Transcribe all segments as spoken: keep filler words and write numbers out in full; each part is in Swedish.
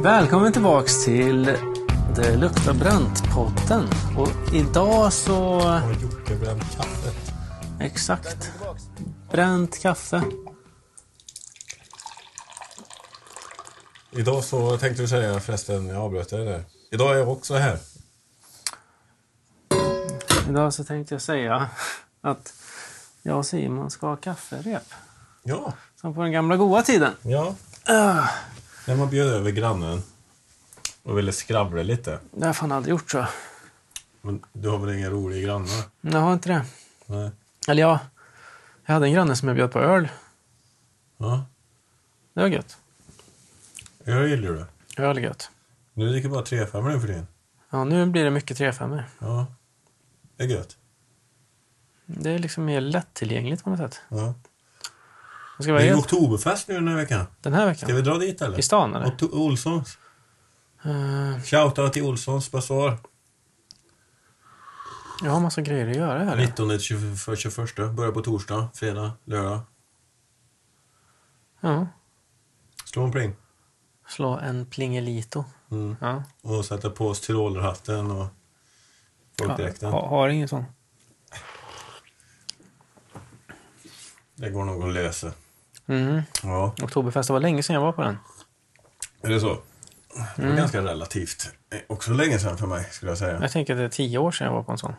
Välkommen tillbaks till Det luktar bränt-podden. Och idag så... Har Jocke bränt kaffet? Exakt. Bränt kaffe. Idag så tänkte du säga förresten, jag avbröt dig där. Idag är jag också här. Idag så tänkte jag säga att jag och Simon ska ha kafferep. Ja. Som på den gamla goda tiden. Ja. Uh. När man bjöd över grannen och ville skravla lite. Det har jag fan aldrig gjort så. Men du har väl inga roliga grannar? Jag har inte det. Nej. Eller ja, jag hade en granne som jag bjöd på öl. Ja. Det var gött. Jag gillar du det. Öl är gött. Nu dricker bara tre fem nu för din. Ja, nu blir det mycket tre fem. Ja. Det är gött. Det är liksom mer lättillgängligt på något sätt. Ja. Det ska vara det är helt... oktoberfest nu den här veckan. Den här veckan? Ska vi dra dit eller? I stan eller? Och Olssons. Uh... Shoutout till Olssons Bazaar. Jag har massa grejer att göra här. nittonde till tjugoförsta. Börjar på torsdag, fredag, lördag. Ja. Slå en pling. Slå en plingelito. Mm. Ja. Och sätta på oss tyrolerhatten och folkdräkten. Ha, har ingen sån. Det går nog att lösa. Mm. Ja. Oktoberfest, det var länge sedan jag var på den. Är det så? Det var Mm. ganska relativt. Också länge sedan för mig, skulle jag säga. Jag tänker att det är tio år sedan jag var på en sån.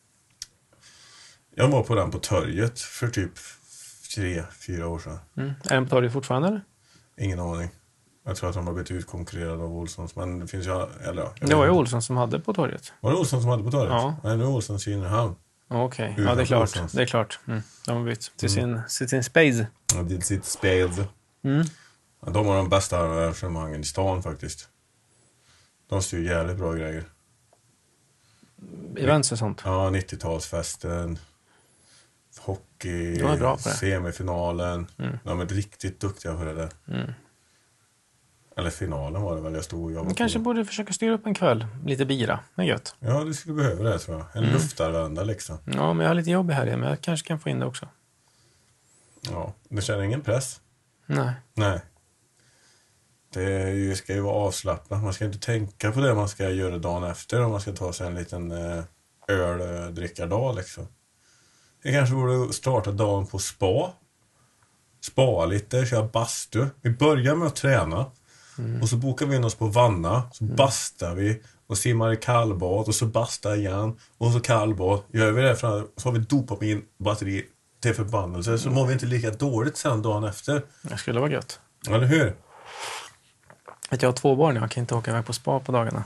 Jag var på den på Torget för typ tre, fyra år sedan. Mm. Är den på torget fortfarande eller? Ingen aning. Jag tror att de har blivit utkonkurrerade av Olssons. Men det finns ju... Eller, ja, Det var ju Olsson som hade på torget. Var det Olsson som hade på Torget? Ja. Nej, nu är Olsson i Kinehamn. Okej, okay. Utan Ja det är klart. Olssons. Det är klart. Mm. De har bytt till Mm. sin, till sin space. Ja, det är sitt spel. Mm. Ja, de har de bästa arrangemangen i stan faktiskt. De styr jävligt bra grejer. Events och sånt. Ja, nittiotalsfesten. Hockey. De är bra på det. Semifinalen. Mm. De är riktigt duktiga på det där. Mm. Eller finalen var det väl jag stod och Man jobbade kanske på. borde försöka styra upp en kväll. Lite bira. Det är gött. Ja, du skulle behöva det tror jag. En Mm. luftarvända liksom. Ja, men jag har lite jobb här men jag kanske kan få in det också. Ja, du känner ingen press? Nej. Nej. Det är ju, ska ju vara avslappnat. Man ska inte tänka på det man ska göra dagen efter. Om man ska ta sig en liten eh, öldrickardag liksom. Det kanske borde starta dagen på spa. Spa lite, köra bastu. Vi börjar med att träna. Mm. Och så bokar vi in oss på Vanna. Så mm. bastar vi. Och simmar i kallbad. Och så bastar igen. Och så kallbad. Gör vi det fram, så har vi dopamin batteri till förbannelse. Så mår vi inte lika dåligt sen dagen efter. Det skulle vara gött. Eller hur? Vet jag har två barn. Jag kan inte åka iväg på spa på dagarna.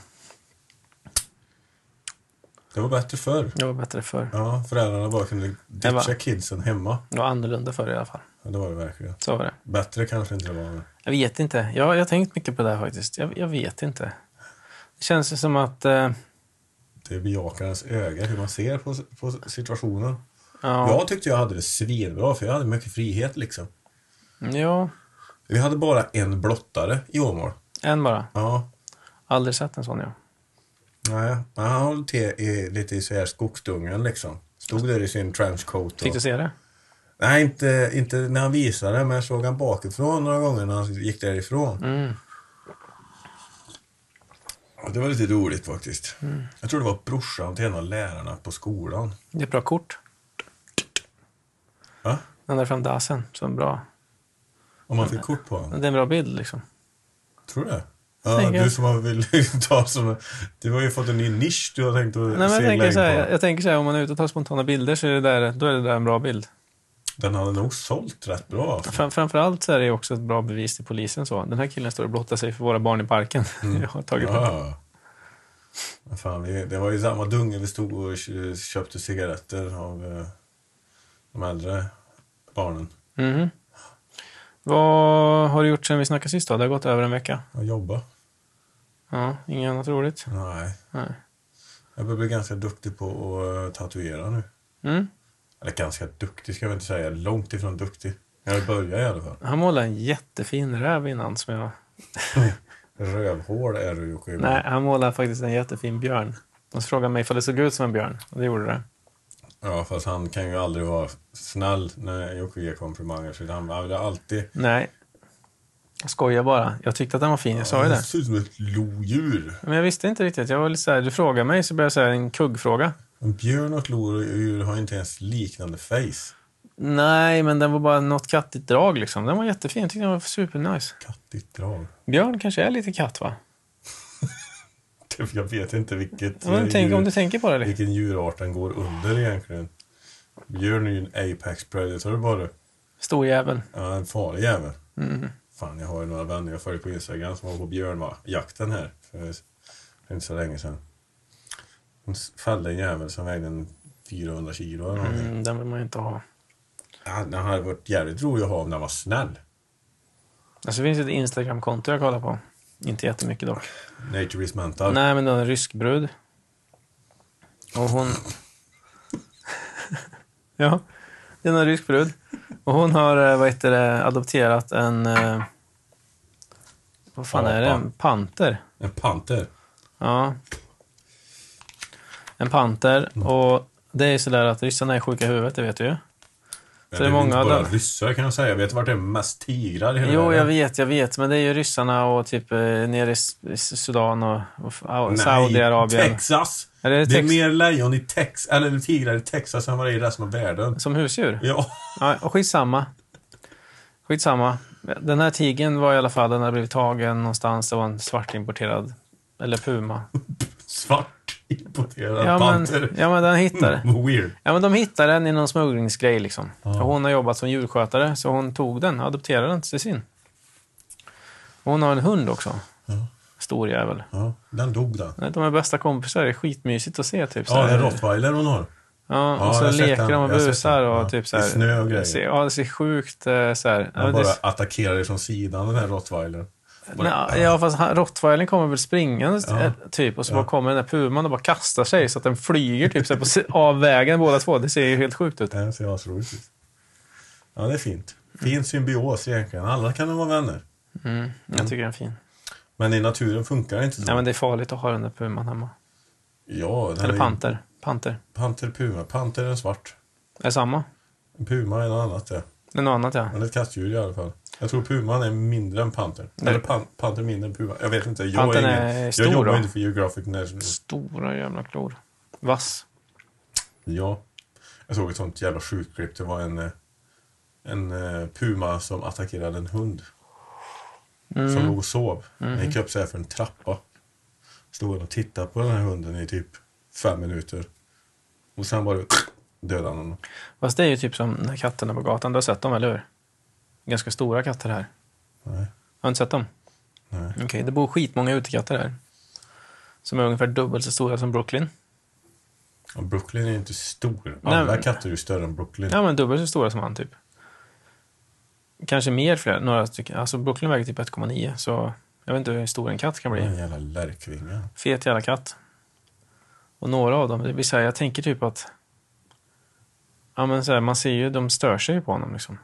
Det var bättre förr. Det var bättre förr. Ja, föräldrarna bara kunde ditcha var... kidsen hemma. Det var annorlunda förr i alla fall. Ja, det var det verkligen. Så var det. Bättre kanske inte det var. Jag vet inte. Jag, jag har tänkt mycket på det här faktiskt. Jag, jag vet inte. Det känns som att... Eh... Det är bejakarens öga, hur man ser på, på situationen. Ja. Jag tyckte jag hade det svinbra, för jag hade mycket frihet liksom. Ja. Vi hade bara en blottare i Åmål. En bara? Ja. Aldrig sett en sån, ja. Nej, han höll till i, lite i så här skogsdungen liksom. Stod där i sin trenchcoat. Och... Fick du se det? Nej, inte, inte när han visade, men jag såg han bakifrån några gånger när han gick därifrån. Mm. Ja, det var lite roligt faktiskt. Mm. Jag tror det var brorsan till en av lärarna på skolan. Det är ett bra kort. Va? Den där fram dasen, så bra. Om man fick kort på honom. Det är en bra bild liksom. Tror du det? Ja, tänker... du som har vill ta som... Du har ju fååt en ny nisch du har tänkt att Nej, men jag, segla tänker in så här, på. jag, jag tänker så här, om man är ute och tar spontana bilder så är det där, då är det där en bra bild. Den hade nog sålt rätt bra. Alltså. Fram, framförallt så är det också ett bra bevis till polisen. Så. Den här killen står och blottar sig för våra barn i parken. Mm. Jag har tagit ja. på. Fan, vi, det var ju samma dunge vi stod och köpte cigaretter av uh, de äldre barnen. Mm. Vad har du gjort sen vi snackade sist då? Det har gått över en vecka. Jag jobbar. Ja, inget annat roligt? Nej. Nej. Jag börjar bli ganska duktig på att uh, tatuera nu. Mm. Eller ganska duktig ska jag inte säga. Långt ifrån duktig. Jag börjar i alla fall. Han målade en jättefin räv innan som jag... Rövhål är du ju. Nej, han målade faktiskt en jättefin björn. Och så frågade mig ifall det såg ut som en björn. Och det gjorde det. Ja, fast han kan ju aldrig vara snäll när Jocke ger komplimanger. Så han vill alltid... Nej. Jag skojar bara. Jag tyckte att den var fin, jag sa ju Det det. ser ut som ett lodjur. Men jag visste inte riktigt. Jag var lite så här, du frågar mig så börjar jag säga en kuggfråga. En björn och ett lodjur har inte ens liknande face. Nej, men den var bara något kattigt drag liksom. Den var jättefin, jag tyckte den var supernice. Kattigt drag. Björn kanske är lite katt, va? Jag vet inte vilket Ja, men tänk, djur, om du tänker på det. Liksom. vilken djurart den går under egentligen. Björn är ju en apex predator bara. Stor jävel. Ja, en farlig jävel. Mm. Fan, jag har ju några vänner jag följer på Instagram som var på björnjakten här för inte så länge sedan. Hon fällde en jävel som vägde en fyrahundra kilo eller någonting. Mm, den vill man ju inte ha. Ja, den hade varit jävligt rolig att ha om den var snäll. Alltså det finns ett Instagram-konto jag kollar på. Inte jättemycket dock. Nature is mental. Nej, men det är en rysk brud. Och hon... ja, det är en rysk brud. Och hon har, vad heter det, adopterat en... Eh... Vad fan är det? En panter. En panter? Ja. En panter. Och det är sådär att ryssarna är sjuka i huvudet, det vet du ju. Så det är är många inte bara där. ryssar kan jag säga. Jag vet vart det är mest tigrar i hela Jo, världen. jag vet, jag vet. Men det är ju ryssarna och typ eh, nere i S- Sudan och, och Nej, Saudiarabien. Texas! Är det, Det är tex- mer lejon i Texas, eller tigrar i Texas än vad det är i resten av världen. Som husdjur? Ja. Ja, och skitsamma. Skitsamma. Den här tigern var i alla fall, den hade blivit tagen någonstans. Det var en svartimporterad, eller puma. Svart importerad Ja men, panter. ja, men den hittade. Mm, weird. Ja, men de hittade den i någon smugglingsgrej liksom. Ja. Och hon har jobbat som djurskötare, så hon tog den, adopterade den till sin. Och hon har en hund också. Ja. Stor jävel. Ja, den dog den. De är bästa kompisar, det är skitmysigt att se typ. Så Ja, här. en rottweiler hon har. Ja, och Ja, så jag har sett leker den. de och Jag har sett busar den. och Ja. typ så I här. snö och grejer. Det ser, ja, det ser sjukt eh, så här. Ja, Han bara det, attackerar från sidan, den här rottweilern. nej, ja, fast han- rottweilern kommer väl springande Ja. eh, typ, och så Ja. bara kommer den där puman och bara kastar sig så att den flyger typ så här, på, si- av vägen båda två. Det ser ju helt sjukt ut. Det ser asroligt ut. Ja, det är fint. Fin symbios egentligen. Alla kan vara vänner. Mm, jag tycker den är fin. Men i naturen funkar det inte så. Nej, men det är farligt att ha den där puman hemma. Ja, den Eller är- panter. Panter. Panter, puma. Panter är en svart. Är det samma? En puma är något annat, ja. Det är något annat, ja. Men det är ett kattdjur i alla fall. Jag tror puman är mindre än panter. Nej. Eller pan, panter mindre än puma. Jag vet inte. Jag, Pantern är ingen, är jag stor jobbar då. inte för Geographic National. Stora jävla klor. Vass. Ja. Jag såg ett sånt jävla sjukt klipp. Det var en, eh, en eh, puma som attackerade en hund. Mm. Som låg och sov. Mm. Den gick upp så här för en trappa. Stod och tittade på den här hunden i typ fem minuter. Och sen bara dödade han honom. Fast det är ju typ som när katterna på gatan. Du har sett dem, eller hur? Ganska stora katter här. Nej. Har du inte sett dem? Nej. Okej, det bor skitmånga utekatter här. Som är ungefär dubbelt så stora som Brooklyn. Och Brooklyn är inte stor. Nej, Alla men- katter är ju större än Brooklyn. Ja, men dubbelt så stora som han typ. Kanske mer fler, några stycken. Alltså Brooklyn väger typ ett komma nio, så jag vet inte hur stor en katt kan bli. En jävla lärkvinga. Fet jävla katt. Och några av dem, det vill säga, jag tänker typ att ja, men så här, man ser ju, de stör sig på honom liksom.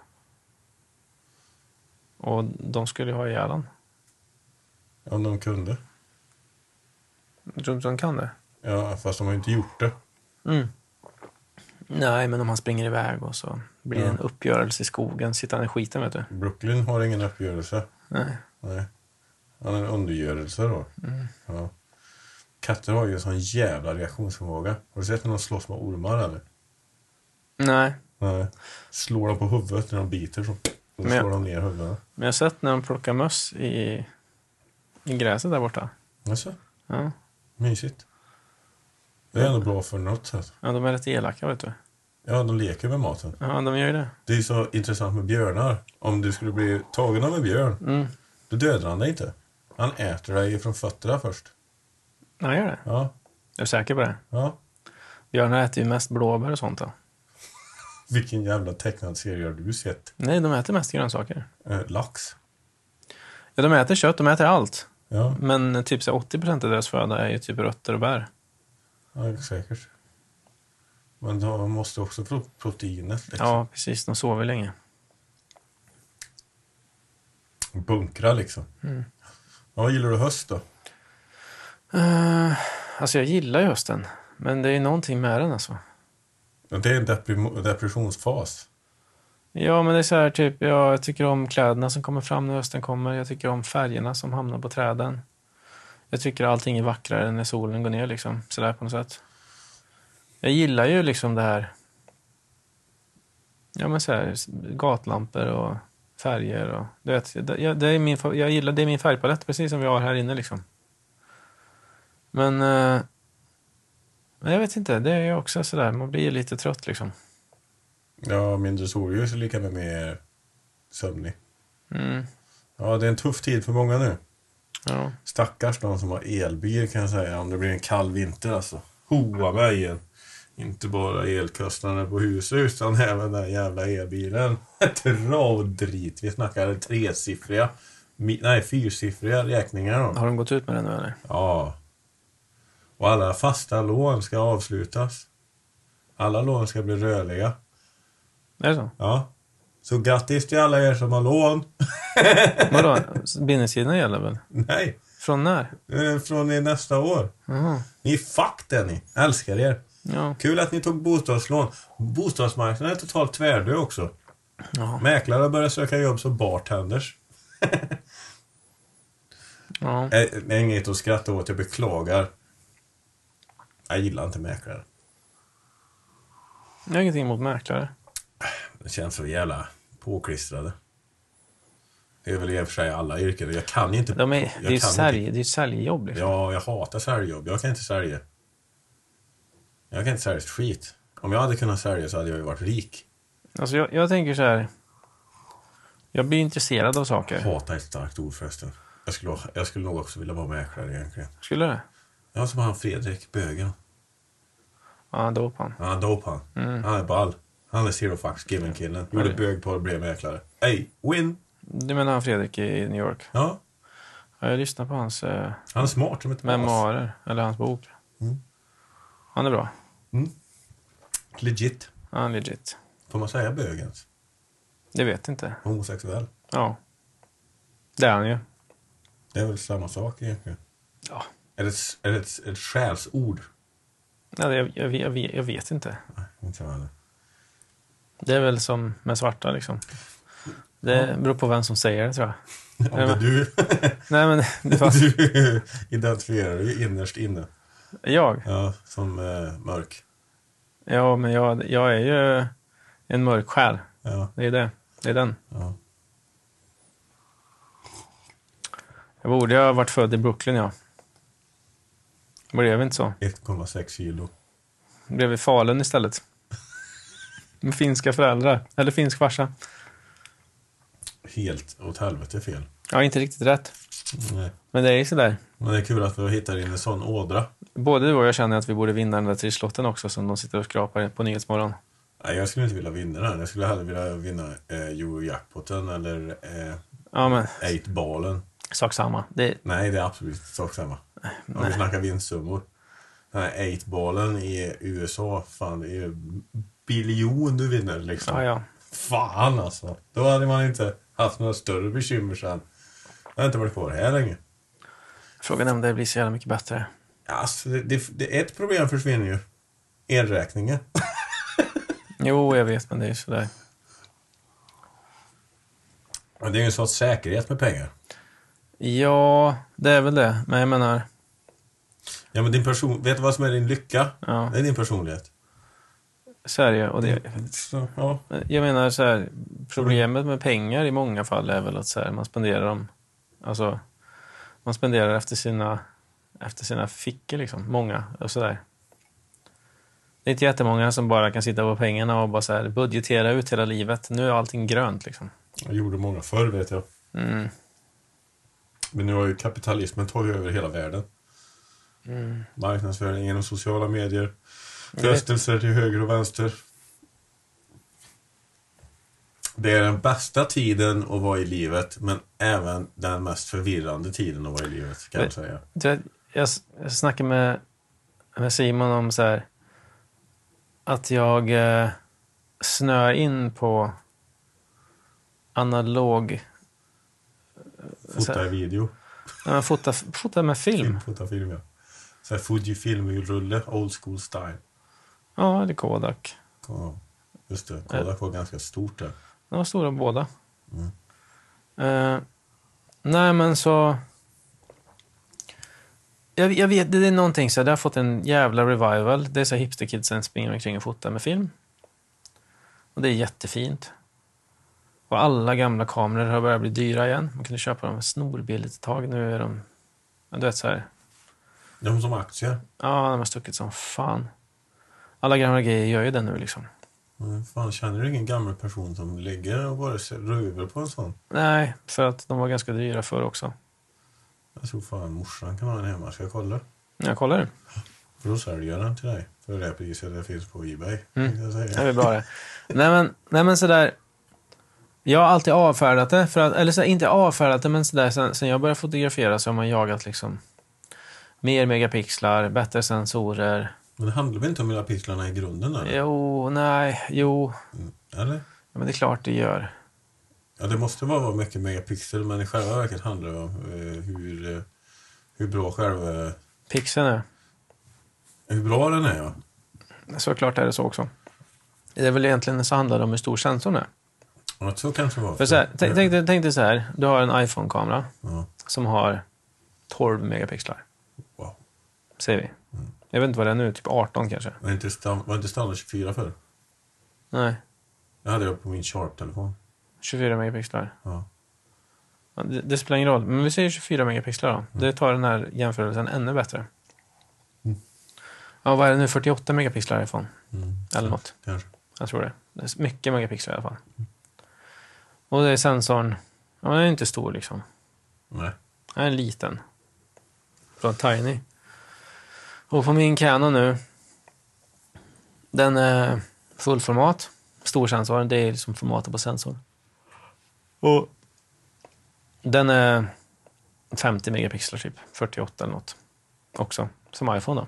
Och de skulle ju ha ihjäl han. Om de kunde. Jag tror inte de kan det. Ja, fast de har ju inte gjort det. Mm. Nej, men om han springer iväg och så blir det Ja. en uppgörelse i skogen, sitter han i skiten, vet du. Brooklyn har ingen uppgörelse. Nej. Nej. Han är en undergörelse då. Mm. Ja. Katter har ju en sån jävla reaktionsförmåga. Har du sett när de slåss med ormar eller? Nej, Nej. Slår dem på huvudet när de biter så. Då Men jag- slår de ner huvudet. men jag har sett när de plockar möss i, i gräset där borta. Alltså, Ja. mysigt. Det är ändå bra för något sätt. Ja, de är lite elaka, vet du. Ja, de leker med maten. Ja, de gör ju det. Det är så intressant med björnar. Om du skulle bli tagen av en björn, Mm. då dödar han dig inte. Han äter dig från fötterna först. Ja, gör det. Ja, Jag är säker på det. ja. Björnar äter ju mest blåbär och sånt då. Vilken jävla tecknad serie har du sett? Nej, de äter mest grönsaker. Eh, lax. Ja, de äter kött, de äter allt. Ja, Men typ så åttio procent av deras föda är ju typ rötter och bär. ja säkert. Men de måste också få proteinet. Liksom. Ja, precis. De sover länge. Bunkra liksom. Mm. Ja, vad gillar du höst då? Uh, alltså jag gillar ju hösten. Men det är ju någonting med den alltså. Ja, det är en deprim- depressionsfas. Ja, men det är så här typ, ja, jag tycker om kläderna som kommer fram när hösten kommer. Jag tycker om färgerna som hamnar på träden. Jag tycker allting är vackrare när solen går ner liksom, sådär på något sätt. Jag gillar ju liksom det här, ja men så här, gatlampor och färger och du vet, det, det är min, jag gillar, det är min färgpalett precis som vi har här inne liksom. Men, eh, men jag vet inte, det är ju också sådär, man blir lite trött liksom. Ja, mindre solljus är lika med mer sömnig. Mm. Ja, det är en tuff tid för många nu. Ja. Stackars de som har elbil kan jag säga, om det blir en kall vinter alltså. Hoa mig igen. Inte bara elkostnader på huset utan även den jävla elbilen. Dra och drit. Vi snackar tresiffriga, nej fyrsiffriga räkningar då. Har de gått ut med det nu eller? Ja. Och alla fasta lån ska avslutas. Alla lån ska bli rörliga. Är det så? Ja. Så grattis till alla er som har lån. Vadå? Bindningstiderna gäller väl? Nej. Från när? Eh, Från i nästa år. Jaha. Ni fuck det ni. Älskar er. Ja. Kul att ni tog bostadslån. Bostadsmarknaden är totalt tvärdö också. Ja. Mäklare börjar söka jobb som bartenders. Ja. Det är inget att skratta åt, jag beklagar. Jag gillar inte mäklare. Jag har ingenting emot mäklare. Det känns så jävla påklistrade. Det är väl i och för sig alla yrken. Jag kan inte... De är, jag det är ju kan sälj, inte- det är säljjobb liksom. Ja, jag hatar säljjobb. Jag kan inte sälja. Jag kan inte sälja ett skit. Om jag hade kunnat sälja så hade jag ju varit rik. Alltså jag, jag tänker så här. Jag blir intresserad av saker. Hata är ett starkt ord förresten. Jag skulle, jag skulle nog också vilja vara mäklare egentligen. Skulle det? Jag som han Fredrik Bögen. Ja, dop han. Han är dope han. Mm. Han är ball. Han är zero fucks given killen. Gjorde det- bög på att bli mäklare. Hey, win! Du menar han Fredrik i New York? Ja, Ja, jag lyssnar på hans eh, han är smart som ett mas. memoarer. Eller hans bok. Mm. Han är bra. Legit. Han är legit. Får man säga bögens? Det vet inte. Homosexuell. Ja. Det är han ju. Det är väl samma sak egentligen. Ja. Är det ett, är det ett, ett skällsord? Ja, det- jag, jag, jag, vet, jag vet inte. Nej, inte jag heller. Det är väl som med svarta liksom. Det beror på vem som säger det tror jag. Om det är du, Nej men, det var du identifierar dig innerst inne. jag. Ja, som eh, mörk. Ja, men jag, jag är ju en mörk själ. Ja, Det är det. Det är den. ja. Jag borde ha varit född i Brooklyn, ja. Det blev inte så. ett komma sex kilo. Det blev i Falun istället. Med finska föräldrar. Eller finsk farsa. Helt åt helvete fel. Ja, inte riktigt rätt. Nej. Men det är ju sådär. Men det är kul att vi hittar in en sån ådra. Både du och jag känner att vi borde vinna den där trisslotten också som de sitter och skrapar på Nyhetsmorgon. Nej, jag skulle inte vilja vinna den. Jag skulle hellre vilja vinna eh, Eurojackpoten eller eh, Ja, men eight-ballen. sak samma. Det, Nej, det är absolut sak samma. Om vi snackar vinstsummor. Den här eight-ballen i U S A, fan, det är ju biljon du vinner liksom. ja, ja. Fan alltså. Då hade man inte haft några större bekymmer sen. Jag har inte varit kvar här länge. Frågan är om det blir så jävla mycket bättre. Alltså, det, det, det, ett problem försvinner ju. Elräkningen. Jo, jag vet, men det är sådär. Men det är ju en sorts säkerhet med pengar. Ja, det är väl det. Men jag menar, Ja, men din person, vet du vad som är din lycka? ja, Det är din personlighet. Sverige och det. Så, ja. Jag menar så här, problemet med pengar i många fall är väl att så här, man spenderar dem, alltså man spenderar efter sina efter sina fickor liksom, många och sådär. Det är inte jättemånga som bara kan sitta på pengarna och bara så här budgetera ut hela livet. Nu är allting grönt liksom. Jag gjorde många förr, vet jag. Mm. Men nu har ju kapitalismen tagit över hela världen. Mm. Marknadsföring genom sociala medier. Jag vet. Frestelser till höger och vänster. Det är den bästa tiden att vara i livet, men även den mest förvirrande tiden att vara i livet, kan jag Vet- säga. Du vet, jag, jag snackade med, med Simon om så här att jag eh, snöar in på analog Fota i video. när man fotar, fotar med film. Film, fota film, ja. Så här Fujifilm-rulle, old school style. Ja, eller Kodak. Ja, just det. Kodak var ganska stort där. De var stora båda. Mm. Uh, nej, men så... Jag, jag vet, det är någonting så det har fått en jävla revival. Det är så hipsterkidsen springer omkring och fotar med film. Och det är jättefint. Och alla gamla kameror har börjat bli dyra igen. Man kunde köpa dem snorbilligt ett tag. Nu är de... Du vet så här... De som aktier? Ja, de har stuckit som fan. Alla gamla grejer gör ju det nu liksom. Men fan, känner du ingen gammal person som ligger och bara ruvar på en sån? Nej, för att de var ganska dyra förr också. Jag tror fan morsan kan ha en hemma. Ska jag kolla? Jag kollar du. För då säljer jag den till dig. För det priset det finns på eBay. Mm. Jag säga. Det är bra det. nej, men, nej men sådär. Jag har alltid avfärdat det. För att, eller så, inte avfärdat det, men sådär. Sen, sen jag började fotografera så har man jagat liksom mer megapixlar, bättre sensorer. Men det handlar väl inte om megapixlarna i grunden där? Jo, nej, jo. Mm. Eller? Ja, men det är klart det gör. Ja, det måste vara mycket megapixel, men i själva verket handlar det om eh, hur, eh, hur bra själva... Pixeln är. Hur bra den är, ja. Såklart är det så också. Det är väl egentligen så handlar det om hur stor sensorn är. Ja, så kanske det var. För så här, tänk, tänk, dig- tänk dig så här. Du har en iPhone-kamera Ja. som har tolv megapixlar. Wow. Säger vi. Jag vet inte vad det är nu, typ arton kanske. Var inte, stam, var inte standard tjugofyra för? Nej, Det hade jag på min Sharp-telefon. tjugofyra megapixlar. Ja. Ja, Det, det spelar ingen roll, men vi säger tjugofyra megapixlar då. Det tar den här jämförelsen ännu bättre. Mm. Ja, vad är det nu? fyrtioåtta megapixlar iPhone? Mm. Eller något. Kanske. Jag tror det. Det är mycket megapixlar i alla fall. Och det är sensorn. Ja, den är inte stor liksom. Nej. Den är liten. Från Tiny. Och på min Canon nu. Den är fullformat. Storsensor. Det är liksom formatet på sensorn. Och den är femtio megapixlar typ. fyrtioåtta eller något. Också. Som iPhone då.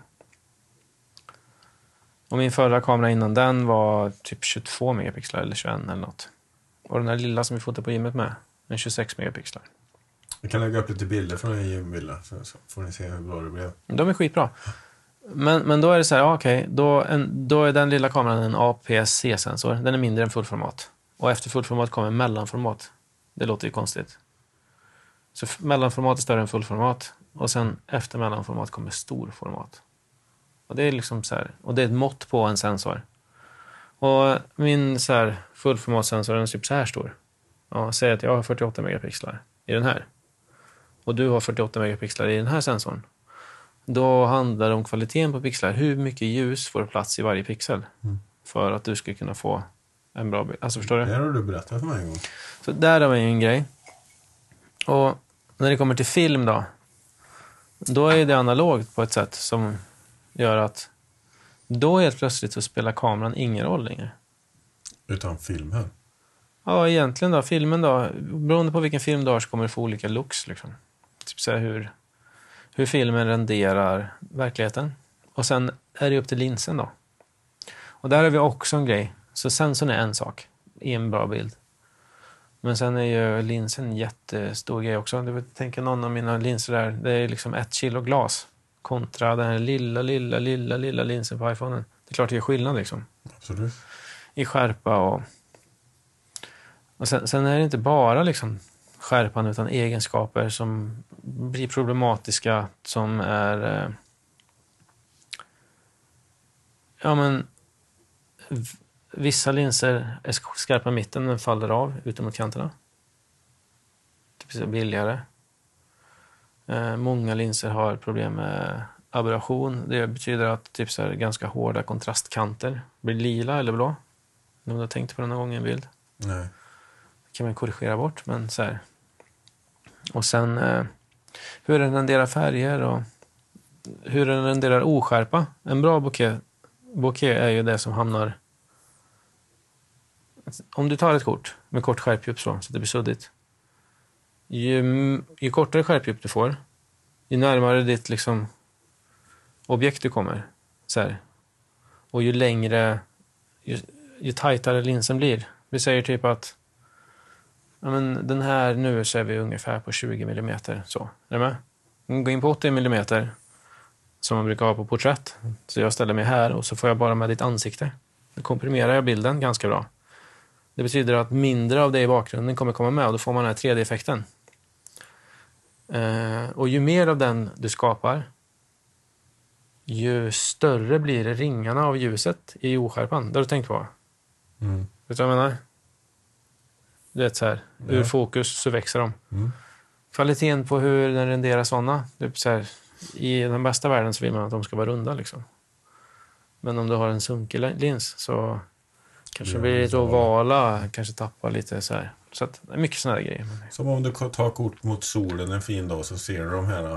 Och min förra kamera innan den var typ tjugotvå megapixlar eller tjugoett eller något. Och den här lilla som vi fotar på gymmet med, den tjugosex megapixlar. Jag kan lägga upp lite bilder från en gymvilla så, så får ni se hur bra det blev. De är skitbra. Men, men då är det så här, ja, okej, då, en, då är den lilla kameran en A P S C-sensor. Den är mindre än fullformat. Och efter fullformat kommer mellanformat. Det låter ju konstigt. Så f- mellanformat är större än fullformat. Och sen efter mellanformat kommer storformat. Och det är liksom så här, och det är ett mått på en sensor. Och min så här fullformatsensor är typ så här stor. Ja, säg att jag har fyrtioåtta megapixlar i den här. Och du har fyrtioåtta megapixlar i den här sensorn. Då handlar det om kvaliteten på pixlar. Hur mycket ljus får plats i varje pixel? Mm. För att du ska kunna få en bra bild. Alltså förstår du? Det har du berättat för mig en gång. Så där har vi en grej. Och när det kommer till film då. Då är det analogt på ett sätt som gör att då helt plötsligt så spelar kameran ingen roll längre. Utan filmen. Ja, egentligen då. Filmen då. Beroende på vilken film du har så kommer du få olika looks liksom. Typ så här hur, hur filmen renderar verkligheten. Och sen är det upp till linsen då. Och där har vi också en grej. Så sensorn är en sak i en bra bild. Men sen är ju linsen en jättestor grej också. Du vet, tänka någon av mina linser där. Det är liksom ett kilo glas. Kontra den här lilla, lilla, lilla, lilla linsen på iPhonen. Det är klart det gör skillnad liksom. Absolut. I skärpa och... Och sen, sen är det inte bara liksom skärpan utan egenskaper som blir problematiska. Som är... Eh, ja men... V- vissa linser är skarpa i mitten men faller av utom mot kanterna. Typ så billigare. Eh, många linser har problem med aberration. Det betyder att typ så här, ganska hårda kontrastkanter blir lila eller blå. Om du har tänkt på det någon gång i en bild. Nej. Kan man korrigera bort, men så här. Och sen eh, hur den renderar färger och hur den renderar oskärpa. En bra bokeh, bokeh är ju det som hamnar... Om du tar ett kort med kort skärpdjup så, så det blir suddigt. Ju, ju kortare skärpdjup du får, ju närmare ditt liksom objekt du kommer. Så här. Och ju längre, ju, ju tajtare linsen blir. Vi säger typ att ja, men den här nu så är vi ungefär på tjugo millimeter. Så. Är du med? Gå in på åttio millimeter som man brukar ha på porträtt. Så jag ställer mig här och så får jag bara med ditt ansikte. Då komprimerar jag bilden ganska bra. Det betyder att mindre av det i bakgrunden kommer komma med och då får man den här tre D-effekten. Eh, och ju mer av den du skapar, ju större blir ringarna av ljuset i oskärpan. Det har du tänkt på? Mm. Vet du vad jag menar? Du vet så här, ur Ja. fokus så växer de. Mm. Kvaliteten på hur den renderar sådana, typ så här, i den bästa världen så vill man att de ska vara runda liksom. Men om du har en sunkig lins så kanske Ja, det blir lite så- ovala, kanske tappar lite så här. Så att det är mycket sådana där grejer. Som om du tar kort mot solen en fin dag så ser du de här.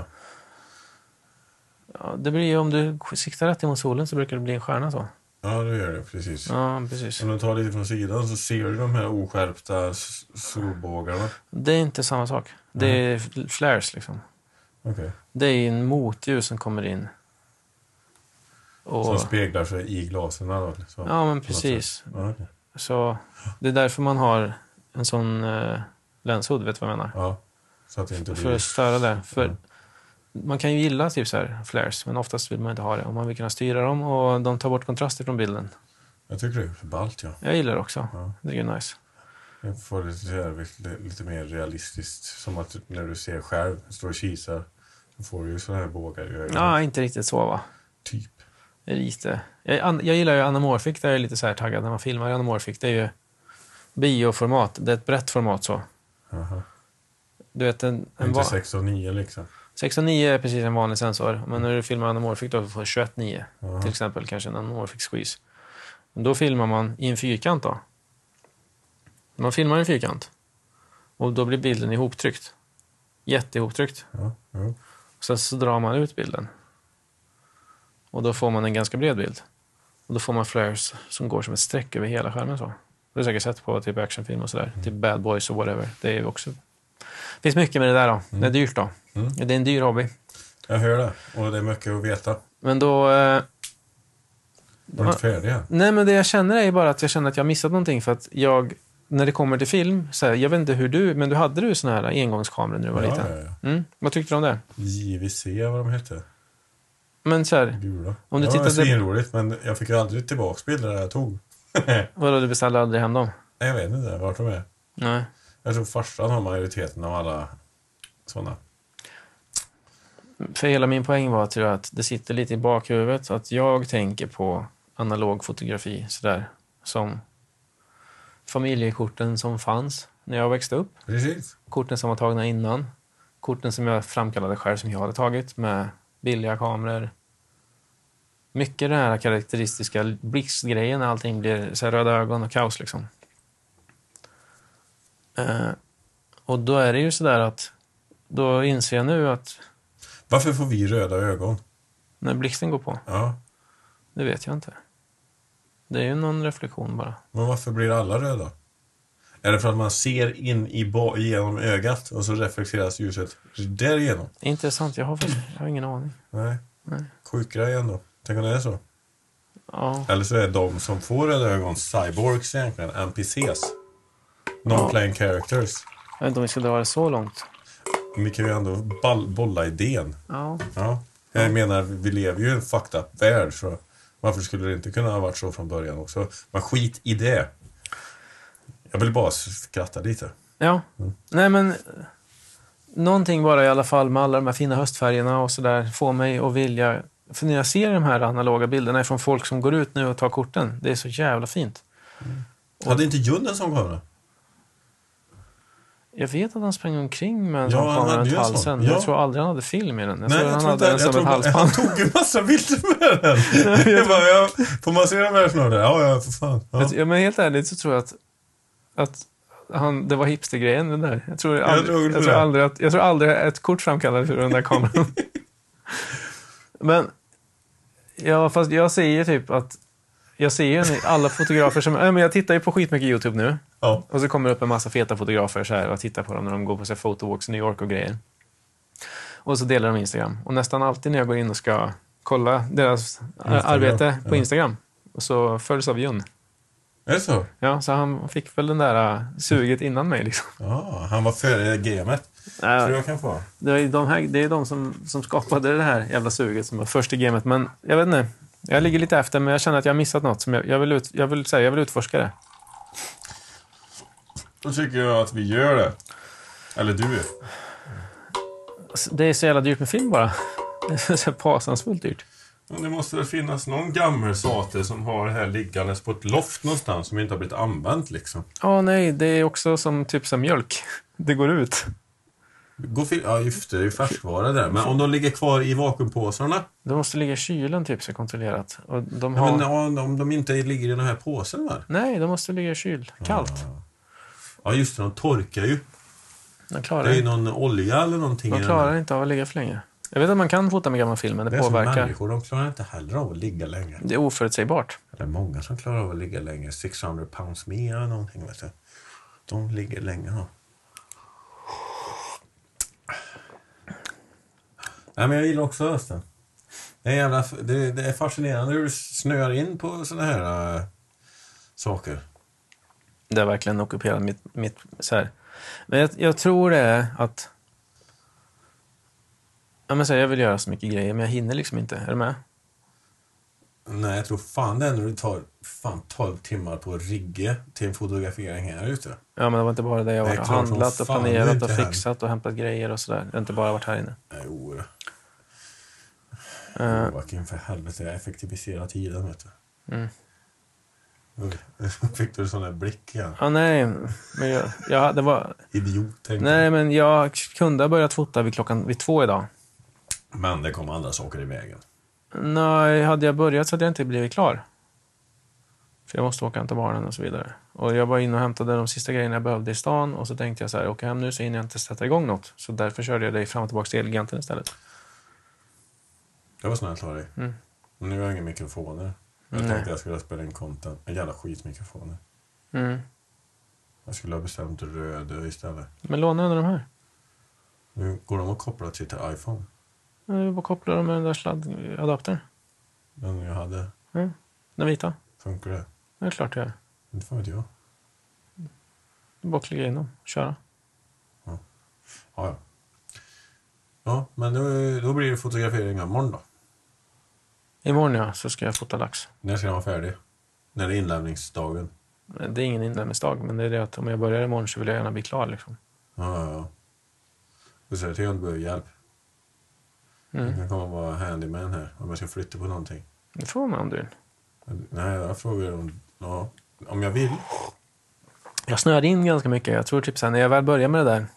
Ja, det blir ju, om du siktar rätt emot solen så brukar det bli en stjärna så. Ja, det gör det, precis. Ja, precis. Om du tar lite från sidan så ser du de här oskärpta s- solbågarna. Det är inte samma sak. Det är flares liksom. Okej. Det är en motljus som kommer in. Och, Som speglar sig i glasen då. Så, ja, men på något precis. sätt. Ja, okej. Så det är därför man har en sån uh, länshood, vet du vad jag menar? Ja, så att det inte För blir... att störa det. För Ja. man kan ju gilla typ så här flares, men oftast vill man inte ha det. Och man vill kunna styra dem och de tar bort kontraster från bilden. Jag tycker det är för ballt, ja. Jag gillar det också. Ja. Det är nice. Jag får det så här, lite, lite mer realistiskt. Som att när du ser själv, står och kisar, så får du ju sådana här bågar i ögonen. Ja, inte riktigt så va. Typ. Det är lite. Jag, an- jag gillar ju anamorphic, där är jag lite så här taggad när man filmar i anamorphic. Det är ju bioformat, det är ett brett format så. Aha. Du vet en, en Inte va- sex och nio liksom. sex och nio är precis en vanlig sensor, men när du filmar anamorphic då får du tjugoett nio Aha. till exempel, kanske en anamorphic squeeze. Men då filmar man i en fyrkant då. Man filmar i en fyrkant och då blir bilden ihoptryckt. Jätteihoptryckt. Ja, ja. Sen så drar man ut bilden. Och då får man en ganska bred bild. Och då får man flares som går som ett streck över hela skärmen så. Det har säkert sett på typ actionfilm och sådär. Mm. Typ Bad Boys och whatever. Det är ju också... Det finns mycket med det där då. Mm. Det är dyrt då. Mm. Det är en dyr hobby. Jag hör det. Och det är mycket att veta. Men då... Eh... Var du inte färdig än? Nej, men det jag känner är bara att jag känner att jag har missat någonting för att jag... När det kommer till film, så här, jag vet inte hur du... Men du hade du såna här engångskameror när du var Ja, liten? ja, ja. Mm. Vad tyckte du om det? J V C, vad de hette. Men så här, Gula. Om du det var tittade- svinroligt, men jag fick ju aldrig tillbaka bilder jag tog. vadå, du beställde aldrig hem dem? Jag vet inte vart de är. Nej. Jag tror farsan har majoriteten av alla sådana. För hela min poäng var tror jag, att det sitter lite i bakhuvudet att jag tänker på analog fotografi sådär som familjekorten som fanns när jag växte upp. Precis. Korten som var tagna innan. Korten som jag framkallade själv som jag hade tagit med billiga kameror. Mycket den här karaktäristiska blixtgrejen när allting blir så här röda ögon och kaos liksom. Eh, och då är det ju sådär att då inser jag nu att Varför får vi röda ögon? när blixten går på, Ja, det vet jag inte. Det är ju någon reflektion bara. men varför blir alla röda? Är det för att man ser in i ba- genom ögat och så reflekteras ljuset därigenom? Intressant, jag har, faktiskt- jag har ingen aning. Nej. Nej. Sjuk grej ändå. Tänk om det är så. Ja, Eller så är de som får röda ögon cyborgs egentligen, N P Cs. Non-playing characters. jag vet inte om vi ska dra det så långt. Men vi kan ju ändå ball- bolla idén. Ja, Ja. Jag menar, vi lever ju i en fucked up värld, så varför skulle det inte kunna ha varit så från början också? Men skit i det. Jag vill bara skratta lite. ja. Mm. Nej men någonting bara i alla fall med alla de här fina höstfärgerna och sådär får mig att vilja, för när jag ser de här analoga bilderna från folk som går ut nu och tar korten, det är så jävla fint. Hade inte Jun en sån kamera? Jag vet att han sprang omkring med en Ja, sån han kamera hade runt ju en halsen. sån. Ja. Jag tror aldrig han hade film i den. Jag Nej, tror jag han tror hade inte, den jag som tror ett bara, halsband. han tog ju massa bilder med den. Jag bara, jag får man se den här snart? Ja, ja, för fan. Ja. Ja, men helt ärligt så tror jag att, att han, det var hipstergrejen den där. Jag tror aldrig, tror jag, det. tror aldrig att, jag tror aldrig ett kort framkallades ur den där kameran. Men ja, fast jag ser ju typ att jag ser ju alla fotografer som, äh, men jag tittar ju på skitmycket YouTube nu. Ja. Och så kommer det upp en massa feta fotografer så här och tittar på dem när de går på sig photowalks i New York och grejer. Och så delar de Instagram. Och nästan alltid när jag går in och ska kolla deras Instagram, arbete på ja. Instagram så följs av Jun. Är det så? Ja, så han fick väl den där uh, suget innan mig liksom. Ja, han var före gamet. Äh, Tror jag kan få. det är de, här, det är de som, som skapade det här jävla suget som var först i gamet. Men jag vet inte, jag ligger lite efter men jag känner att jag har missat något. Som jag, jag, vill ut, jag, vill säga, jag vill utforska det. Då tycker jag att vi gör det. Eller du. Det är så jävla dyrt med film bara. Det är så pasansfullt dyrt. Men det måste väl finnas någon gammal sate som har det här liggandes på ett loft någonstans som inte har blivit använt liksom. Ja, nej, det är också som typ som mjölk. Det går ut. Går fil- ja, just det, det är ju färskvara där. Men om de ligger kvar i vakuumpåsarna? De måste ligga i kylen typ så kontrollerat. Och de Ja, har... men ja, om de inte ligger i den här påsen va? Nej, de måste ligga i kyl. Kallt. Ja, ja just det, de torkar ju. De klarar, det är ju någon olja eller någonting. de i klarar den inte av att ligga för länge. Jag vet att man kan fota med gamla filmer, det, det är påverkar. som människor, de klarar inte heller av att ligga länge. Det är oförutsägbart. Det är många som klarar av att ligga länge. sexhundra pounds mer eller någonting, vet du. De ligger länge. Ja. Nej, men jag gillar också hösten. Det är, jävla, det, det är fascinerande hur du snöar in på såna här äh, saker. Det har verkligen ockuperat mitt... mitt så här. Men jag, jag tror det är att... Ja, men så här, jag vill göra så mycket grejer, men jag hinner liksom inte. Är du med? Nej, jag tror fan det är när du tar fan tolv timmar på att rigga till en fotografering här ute. Ja, men det var inte bara det. Jag har handlat och planerat och fixat och hämtat grejer och sådär. Jag har inte bara varit här inne. Nej, jo. Uh, Joakim, för helvete, jag effektiviserar tiden, vet du. Mm. Fick du sån där blick igen? Ja, nej. Men jag, jag, det var... Idiot, tänkte Nej, jag. men jag kunde ha börjat fota vid klockan vid två idag. Men det kom andra saker i vägen. Nej, hade jag börjat så hade jag inte blivit klar. För jag måste åka hem till barnen och så vidare. Och jag var inne och hämtade de sista grejerna jag behövde i stan. Och så tänkte jag så här, åka hem nu så hinner jag inte sätta igång något. Så därför körde jag dig fram och tillbaka till Elgiganten istället. Det var snällt av dig. Mm. Men nu har jag inga mikrofoner. Jag Nej. tänkte jag skulle spela in content. En jävla skitmikrofoner. Mm. Jag skulle ha bestämt röd istället. Men låna en av de här. Nu går de att koppla till till iPhone. Jag bara kopplar dem med den där sladdadaptern. Den jag hade. Mm. Den vita. Funkar det? Det är klart det gör. Inte fan vet jag. Du bara klickar in dem. Köra. Ja, ja. Ja, men då, då blir det fotografering imorgon då. Imorgon ja, så ska jag fota lax. När ska den vara färdig? När det är inlämningsdagen? Det är ingen inlämningsdag, men det är det att om jag börjar imorgon så vill jag gärna bli klar liksom. Ja, ja, ja. Du säger till att du behöver hjälp. Mm. Jag kan komma och vara handyman här om jag ska flytta på någonting. Det får man om du vill. Nej, jag frågar om, ja, om jag vill. Jag snöade in ganska mycket. Jag tror typ så här, när jag väl börjar med det där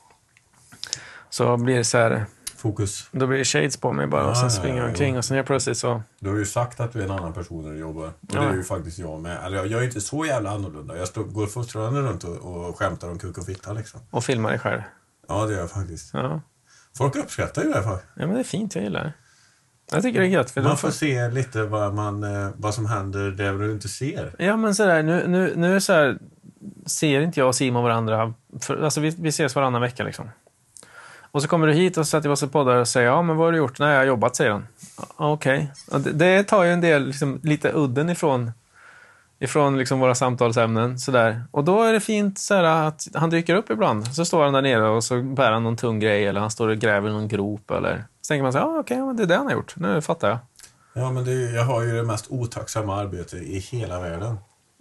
så blir det så här, Fokus. då blir det shades på mig bara Ja, och sen ja, springer jag ja, omkring jo. och sen är plötsligt så... Du har ju sagt att du är en annan person när du jobbar. Och Ja. det är ju faktiskt jag med. Eller jag, jag är inte så jävla annorlunda. Jag står, går fortfarande runt och, och skämtar om kuk och fitta liksom. Och filmar dig själv. Ja, det gör jag faktiskt. Ja. Folk uppskattar ju det faktiskt. Ja, men det är fint, jag gillar det. Jag tycker det är gött. För Man de får se lite vad, man, eh, vad som händer där du inte ser. Ja, men sådär, nu, nu, nu är så här, ser inte jag och Simon varandra. För, alltså vi, vi ses varannan vecka liksom. Och så kommer du hit och sätter vi oss på där och säger, ja men vad har du gjort? Nej, jag har jobbat, säger han. Ja, okej. Okay. Det, det tar ju en del, liksom, lite udden ifrån, ifrån liksom våra samtalsämnen. Sådär. Och då är det fint såhär, att han dyker upp ibland. Så står han där nere och så bär han någon tung grej eller han står och gräver i någon grop. Eller... Så tänker man så här, ja okej, okay, det är det han har gjort. Nu fattar jag. Ja, men det, jag har ju det mest otacksamma arbete i hela världen.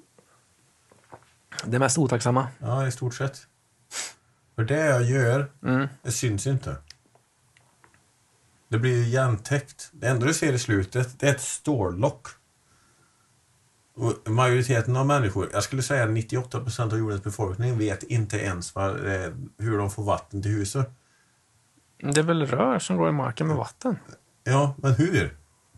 Det mest otacksamma. Ja, i stort sett. För det jag gör, Mm. det syns inte. Det blir ju igentäckt. Det enda du ser i slutet, det är ett stållock. Och majoriteten av människor, jag skulle säga nittioåtta procent av jordens befolkning vet inte ens vad, eh, hur de får vatten till huset. Det är väl rör som går i marken med vatten. Ja, men hur?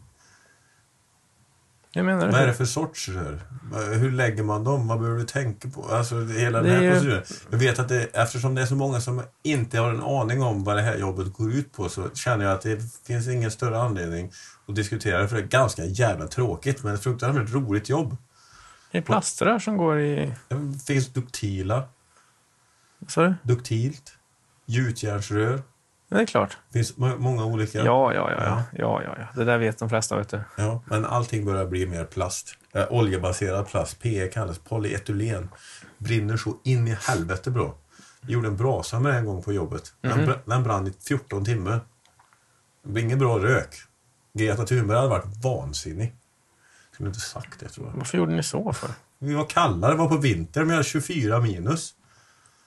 Jag menar det. Vad är det för sorts rör? Hur lägger man dem? Vad behöver du tänka på? Alltså hela Det den här är- proceduren. Jag vet att det, eftersom det är så många som inte har en aning om vad det här jobbet går ut på, så känner jag att det finns ingen större anledning att diskutera det, för det är ganska jävla tråkigt, men ett fruktansvärt roligt jobb. Det är plaströr som går i... Det finns duktila, Vad sa du? duktilt, gjutjärnsrör. Ja, det är klart. Det finns må- många olika. Ja, ja, ja, ja. ja, ja, ja. Det där vet de flesta, vet du. Ja, men allting börjar bli mer plast. Äh, oljebaserad plast. P E kallas polyetylen. Brinner så in i helvete bra. Jag gjorde en brasa med det en gång på jobbet. Den, Mhm. br- den brann i fjorton timmar. Det blev ingen bra rök. Greta Thunberg hade varit vansinnig. Jag skulle inte sagt det, tror jag. Varför gjorde ni så för? Vi var kalla, det var på vinter, men jag hade tjugofyra minus.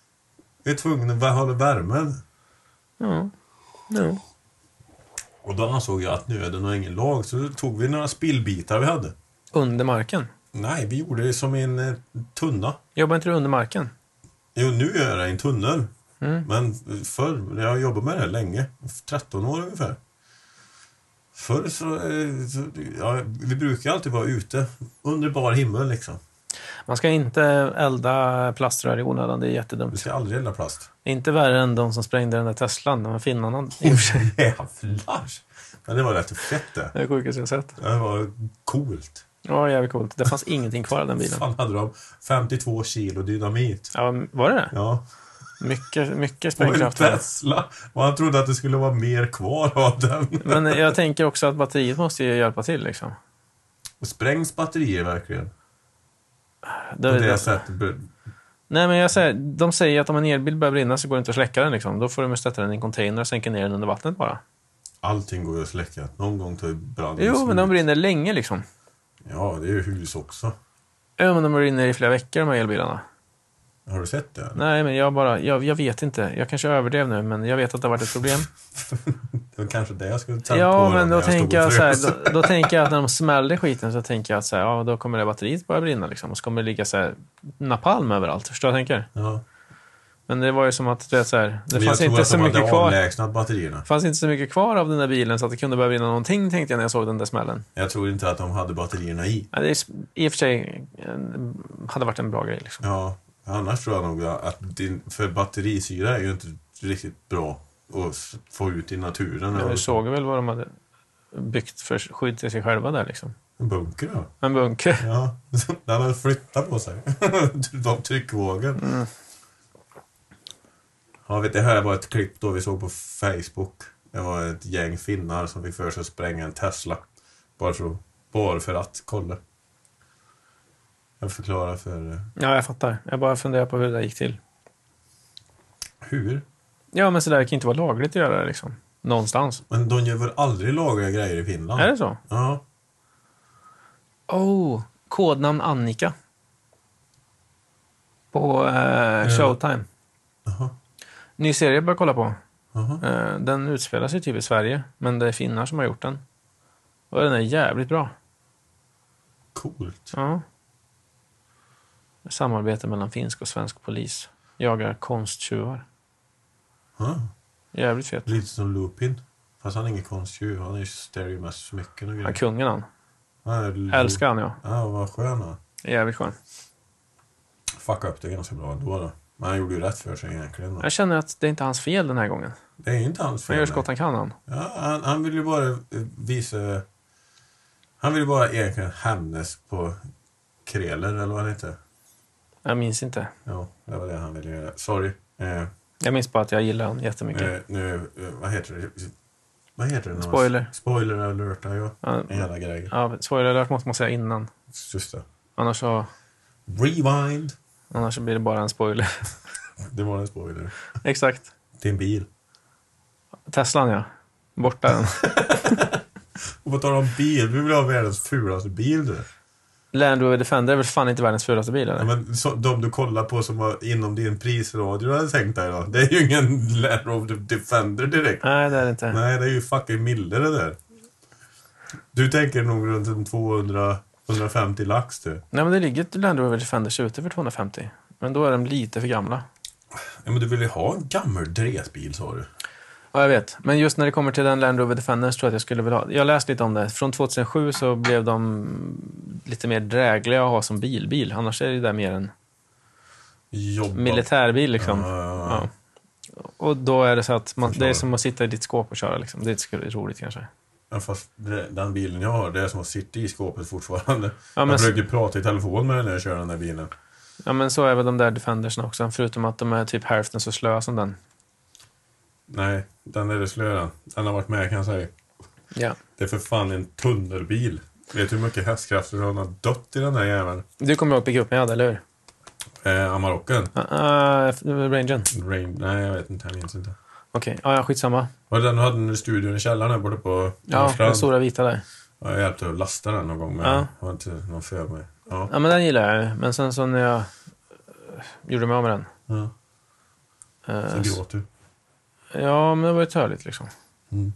Vi är tvungna att hålla värmen. Ja. Ja. Och då ansåg jag att nu är det nog ingen lag. Så då tog vi några spillbitar vi hade. Under marken? Nej, vi gjorde det som en eh, tunna. Jobbar inte du under marken? Jo, nu gör jag det i en tunnel. Mm. Men förr, jag har jobbat med det länge. tretton år ungefär. Förr så, eh, så ja, vi brukar alltid vara ute. Under bar himmel liksom. Man ska inte elda plaströr i onödan, det är jättedumt. Du ska aldrig elda plast. Inte värre än de som sprängde den där Teslan, de här finnarna. I och för sig. Jävlar! Men det var rätt fett det. Det är sjukaste jag sett. Det var coolt. Ja, jävligt coolt. Det fanns ingenting kvar av den bilen. Fan hade de femtiotvå kilo dynamit. Ja, var det det? Ja. Mycket, mycket Och en sprängkraft. Tesla. Och han trodde att det skulle vara mer kvar av den. Men jag tänker också att batteriet måste ju hjälpa till liksom. Och sprängs batterier verkligen? Det, På det det, sättet. nej, men jag säger, de säger att om en elbil börjar brinna så går det inte att släcka den liksom. Då får de sätta den i en container och sänka ner den under vattnet bara. Allting går ju att släcka. Någon gång tar ju branden Jo, slut. men de brinner länge liksom. Ja, det är ju hus också. Ja, men de brinner i flera veckor, de här elbilarna. Har du sett det? Nej, men jag bara, jag, jag vet inte. Jag kanske överdrev nu, men jag vet att det har varit ett problem. Det var kanske det jag skulle ta på. Ja, men då jag tänker jag stod så och här, frös. då, då tänker jag att när de smäller skiten så tänker jag att så här, ja, då kommer det batteriet börja brinna liksom. Och så kommer det ligga så här napalm överallt. Förstår jag tänker? Ja. Men det var ju som att det, är så här, det Men fanns jag tror inte att så de mycket hade kvar. avlägsnat batterierna. Det fanns inte så mycket kvar av den där bilen så att det kunde börja brinna någonting, tänkte jag när jag såg den där smällen. Jag tror inte att de hade batterierna i. Ja, det är, i och för sig eh, hade varit en bra grej liksom. Ja, annars tror jag nog att din, för batterisyra är ju inte riktigt bra att få ut i naturen. Jag såg väl vad de hade byggt för skydd till sig själva där liksom. En bunker då? En bunker. Ja, den hade flyttat på sig. De tryckvågen. Mm. Ja, vet, det här var ett klipp då vi såg på Facebook. Det var ett gäng finnar som fick för sig att spränga en Tesla. Bara för, bara för att kolla. Jag förklarar för... Ja, jag fattar. Jag bara funderar på hur det där gick till. Hur? Ja, men så där kan inte vara lagligt att göra det liksom. Någonstans. Men de gör väl aldrig lagliga grejer i Finland? Är det så? Ja. Oh, kodnamn Annika. På eh, Showtime. Jaha. Ny serie jag börjar kolla på. Jaha. Eh, den utspelar sig typ i Sverige. Men det är finnar som har gjort den. Och den är jävligt bra. Coolt. Ja. Samarbete mellan finsk och svensk polis. Jagar konsttjuvar. Ja. Jävligt fet. Lite som Lupin. Fast han är ingen konstdjur. Han är ju stereo med smycken och grejer. Ja, kungen han. Han är Älskar han, ja. Ja, vad skön han. Jävligt skön. Fuck upp det ganska bra ändå då. Men han gjorde ju rätt för sig egentligen. Då. Jag känner att det är inte hans fel den här gången. Det är inte hans fel. Han gör så gott han kan han. Ja, han, han vill ju bara eh, visa... Han vill ju bara egentligen hämnas på Kreler, eller vad han heter. Jag minns inte. Ja, det var det han ville göra. Sorry. Eh, Jag minns bara att jag gillar han jättemycket. eh, nu, eh, vad heter det? Vad heter det? när man- Spoiler. Spoiler alert, ja. Ja, En jävla grej. ja, spoiler alert måste man säga innan. Just det. Annars så, Rewind. annars så blir det bara en spoiler. Det var en spoiler. Exakt. Din bil. Teslan, ja. Borta den. Och på tal om bil, vi vill ha världens fulaste bil du. Land Rover Defender är väl fan inte världens fulaste bil, eller? Ja, men så, de du kollar på som var inom din prisradio hade tänkt dig då. Det är ju ingen Land Rover Defender direkt. Nej, det är det inte. Nej, det är ju fucking milde det där. Du tänker nog runt en tvåhundra till hundrafemtio lax du. Nej, men det ligger ett Land Rover Defenders ute för tvåhundrafemtio. Men då är de lite för gamla. Ja, men du vill ju ha en gammal dresbil, sa du. Ja, jag vet. Men just när det kommer till den Land Rover Defender så tror jag att jag skulle vilja ha... Jag läste lite om det. Från tjugohundrasju så blev de lite mer drägliga att ha som bilbil. Annars är det där mer en Jobba. militärbil liksom. Ja, ja, ja. Ja. Och då är det så att man, det Förstår. är som att sitta i ditt skåp och köra liksom. Det är skulle roligt kanske. Ja, fast det, den bilen jag har, det är som att sitta i skåpet fortfarande. Ja, jag men, försöker prata i telefon med den när jag kör den där bilen. ja, men så är väl de där Defendersna också. Förutom att de är typ hälften så slöa som den. Nej, den är det slöden. Den har varit med, kan jag säga. Ja. Det är för fan en tunnelbil. Vet du hur mycket hästkrafter han har dött i den där jäveln? Du kommer ihåg pickupen jag hade, eller hur? Eh, Amarocken. Uh, uh, Rangen. Rain. Nej, jag vet inte. Jag minns inte. Okej, okay. Ja, skitsamma. Var det den du hade i studion i källaren där borta på Ja, Norrstrand? den stora vita där. Ja, jag hjälpte att lasta den någon gång, men Ja. jag har inte någon för mig. Ja. Ja, men den gillar jag. Men sen så när jag uh, gjorde mig av med den. Ja. Eh, Så s- gråter du. ja, men det var ju törligt liksom. Mm.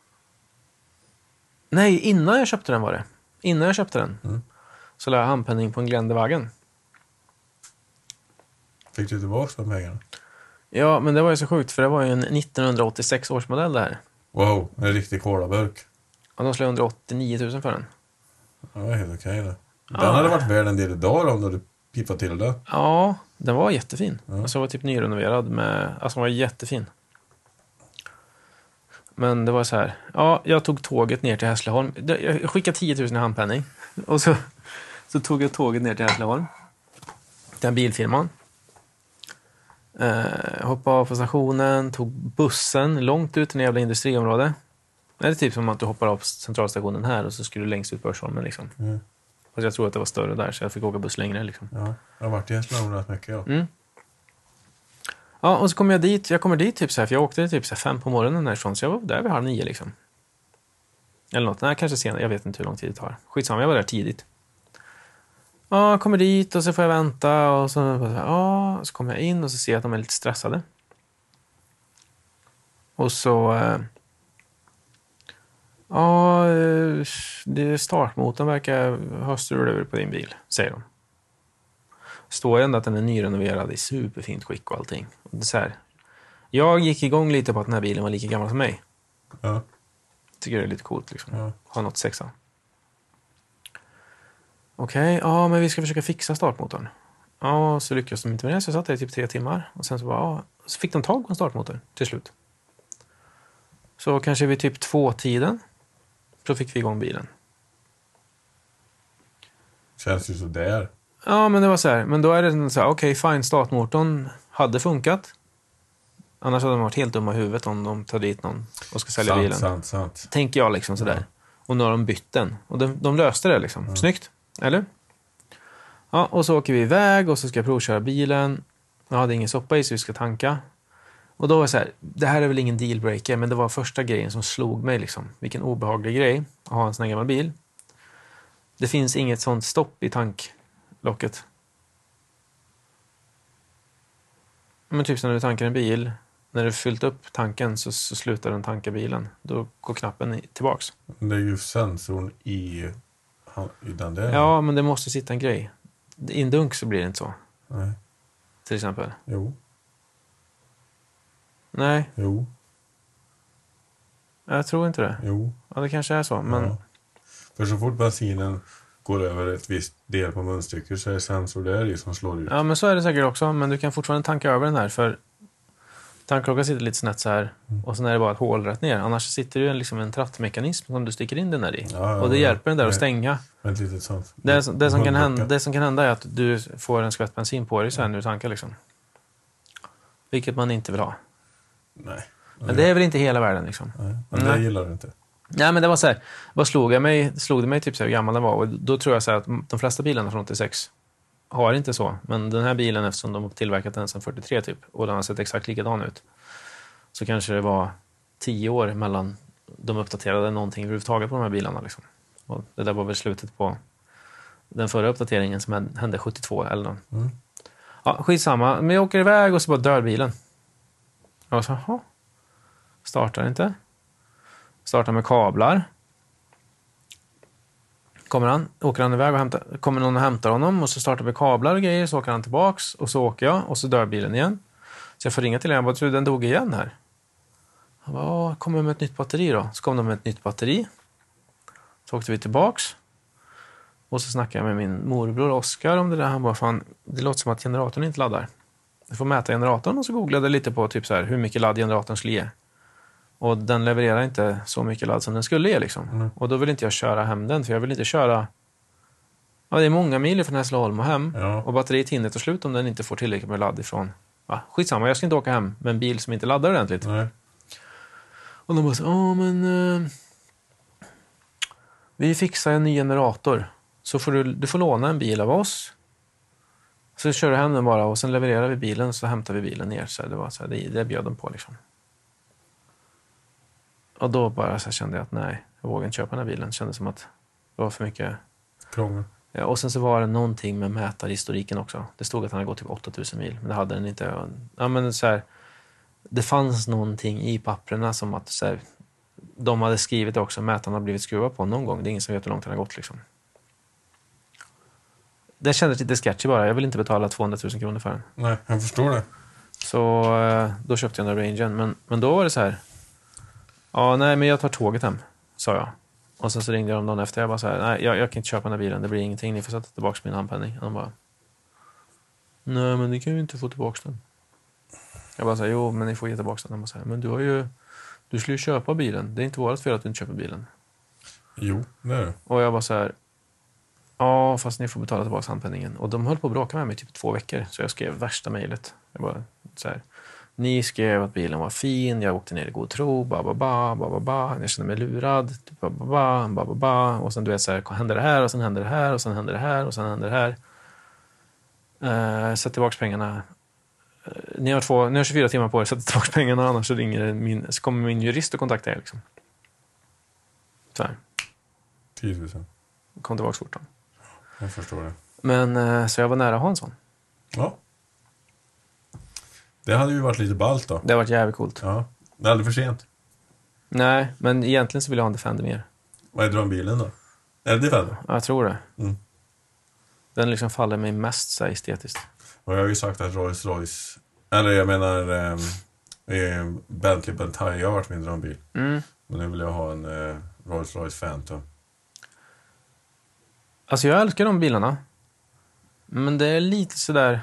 Nej, innan jag köpte den var det. Innan jag köpte den Mm. så la jag handpenning på en Glendewagen. Fick du tillbaka de pengarna? Ja, men det var ju så sjukt för det var ju en nittonhundraåttiosex års modell det här. Wow, en riktig kolaburk. Och de slog hundraåttionio tusen för den. Ja, det är helt okej det. Den Ja. hade varit värd en del idag då, om du hade piffat till det. Ja, den var jättefin. Ja. Alltså den var typ nyrenoverad med, alltså den var jättefin. Men det var så här, ja, jag tog tåget ner till Hässleholm. Jag skickade tio tusen i handpenning. Och så, så tog jag tåget ner till Hässleholm. Den bilfirman. Eh, hoppade av på stationen, tog bussen långt ut i en jävla industriområde. Det är typ som att du hoppar av på centralstationen här och så skulle du längst ut på Örsholmen liksom. Mm. Fast jag tror att det var större där så jag fick åka buss längre liksom. Ja, jag har varit i Hässleholm rätt mycket. Ja. Mm. Ja, och så kom jag dit. Jag kommer dit typ så här, för jag åkte typ så här fem på morgonen därifrån, så jag var där vid halv nio liksom. Eller något, nej kanske senare, jag vet inte hur lång tid det tar. Skitsamma, jag var där tidigt. Ja, jag kommer dit och så får jag vänta och så, ja, så kommer jag in och så ser jag att de är lite stressade. Och så, eh, ja, eh, det startmotorn verkar ha strul på din bil, säger de. Står ändå att den är nyrenoverad i superfint skick och allting. Och det är så här, jag gick igång lite på att den här bilen var lika gammal som mig. Ja. Tycker det är lite coolt liksom. Ja. Ha något sexa. Okej, ja men vi ska försöka fixa startmotorn. Ja, så lyckades de inte med det. Så jag satt där i typ tre timmar. Och sen så, bara, ja, så fick de tag på en startmotor till slut. Så kanske vid typ två-tiden så fick vi igång bilen. Känns ju sådär. Ja, men det var så här. Men då är det så här, okej, fine, startmotorn hade funkat. Annars hade de varit helt dumma i huvudet om de tar dit någon och ska sälja Sant, bilen. sant, sant. Tänker jag liksom sådär. Ja. Och nu har de bytt den. Och de, de löste det liksom. Ja. Snyggt, eller? Ja, och så åker vi iväg och så ska jag provköra bilen. Jag hade ingen soppa i så vi ska tanka. Och då var det så här, det här är väl ingen dealbreaker, men det var första grejen som slog mig liksom. Vilken obehaglig grej att ha en sån här gammal bil. Det finns inget sånt stopp i tanklocket. Men typ som när du tankar en bil, när du fyllt upp tanken så, så slutar den tanka bilen. Då går knappen i, tillbaks. Det är ju sensorn i, han- i den där. Ja, men det måste sitta en grej. I en dunk så blir det inte så, Nej. till exempel. Jo. Nej, Jo. jag tror inte det. Jo. Ja, det kanske är så, men... Ja. För så fort bensinen går över ett visst del på munstycket så är det sensor där i som slår ut. Ja, men så är det säkert också. Men du kan fortfarande tanka över den här, för tankklockan sitter lite snett så här. Mm. Och sen är det bara ett hål rätt ner. Annars sitter det liksom en trattmekanism som du sticker in den där i. Ja, ja, och det ja. hjälper den där att Nej. stänga. Ett litet sånt. Det, som- det, som kan Hundlucka. hända, det som kan hända är att du får en skvätt bensin på dig så här när du tankar liksom. Vilket man inte vill ha. Nej. Men det är väl inte hela världen liksom. Nej. Men det Nej. gillar du inte. Nej, men det var så här. Vad slog jag mig? Slog det mig typ så här hur gammal den var? Och då tror jag så här att de flesta bilarna från åttiosex har inte så. Men den här bilen, eftersom de har tillverkat den sedan fyrtiotre typ, och den har sett exakt likadan ut, så kanske det var tio år mellan de uppdaterade någonting överhuvudtaget på de här bilarna. Liksom. Och det där var väl slutet på den förra uppdateringen som hände sjuttiotvå eller någon. Mm. Ja, skitsamma. Men jag åker iväg och så bara dör bilen. Jag sa, jaha. Startar inte. Startar med kablar. Kommer han, åker han iväg och hämtar, kommer någon och hämtar honom och så startar vi kablar och grejer, så åker han tillbaks och så åker jag och så dör bilen igen. Så jag får ringa till honom, jag bara, tror den dog igen här. Han bara, kommer med ett nytt batteri då? Så kom de med ett nytt batteri. Så åkte vi tillbaks. Och så snackade jag med min morbror Oskar om det där. Han bara, fan, det låter som att generatorn inte laddar. Jag får mäta generatorn och så googlade jag lite på typ så här, hur mycket ladd generatorn skulle ge. Och den levererar inte så mycket ladd som den skulle ge liksom. Mm. Och då vill inte jag köra hem den, för jag vill inte köra... Ja, det är många mil från Hässleholm och hem. Ja. Och batteriet hinner ta slut om den inte får tillräckligt med ladd ifrån... Ja, skitsamma, jag ska inte åka hem med en bil som inte laddar ordentligt. Nej. Och de bara så, ja men... Uh, vi fixar en ny generator. Så får du, du får låna en bil av oss. Så kör du hem den bara och sen levererar vi bilen, så hämtar vi bilen ner. Så det var så här, det, det bjöd de på liksom. Och då bara så kände jag att nej, jag vågade inte köpa den här bilen. Det kändes som att det var för mycket. Krångel. Ja, och sen så var det någonting med mätarhistoriken också. Det stod att han hade gått typ åtta tusen mil, men det hade den inte. Ja, men så här, det fanns någonting i papperna som att så här, de hade skrivit också, mätaren har blivit skruvad på någon gång. Det är ingen som vet hur långt den har gått liksom. Det kändes lite sketchy bara. Jag vill inte betala tvåhundratusen kronor för den. Nej, jag förstår det. Så då köpte jag den där Rangen. Men, men då var det så här. Ja, nej, men jag tar tåget hem, sa jag. Och sen så ringde jag dem dagen efter. Jag bara så här, nej, jag, jag kan inte köpa den här bilen. Det blir ingenting. Ni får sätta tillbaka min handpenning. Och de bara, nej, men ni kan ju inte få tillbaka den. Jag bara så här, jo, men ni får ge tillbaka den. De bara så här, men du har ju, du skulle ju köpa bilen. Det är inte vårt fel att du inte köper bilen. Jo, det är det. Och jag bara så här, ja, fast ni får betala tillbaka handpenningen. Och de höll på att bråka med mig typ två veckor. Så jag skrev värsta mejlet. Jag bara så här, ni skrev att bilen var fin, jag åkte ner i god tro, ba ba ba, ba ba ba, jag kände mig lurad, ba ba ba, ba ba ba, och sen du vet så här, händer det här och sen händer det här och sen händer det här och sen händer det här. Uh, sätt tillbaka pengarna. Uh, ni har två, ni har tjugofyra timmar på er, sätt tillbaka pengarna, annars så ringer min, så kommer min jurist och kontaktar er liksom. Så här. tio tusen. Kom tillbaka fort då. Jag förstår det. Men uh, så jag var nära att ha en sån. Ja. Det hade ju varit lite ballt då. Det har varit jävligt coolt. Ja. Det är aldrig för sent. Nej, men egentligen så vill jag ha en Defender mer. Vad är drömbilen då? Är det Defender? Ja, jag tror det. Mm. Den liksom faller mig mest så här estetiskt. Och jag har ju sagt att Rolls Royce, eller jag menar eh, Bentley Bentayga har varit min drömbil. Mm. Men nu vill jag ha en eh, Rolls Royce Phantom. Alltså jag älskar de bilarna. Men det är lite sådär...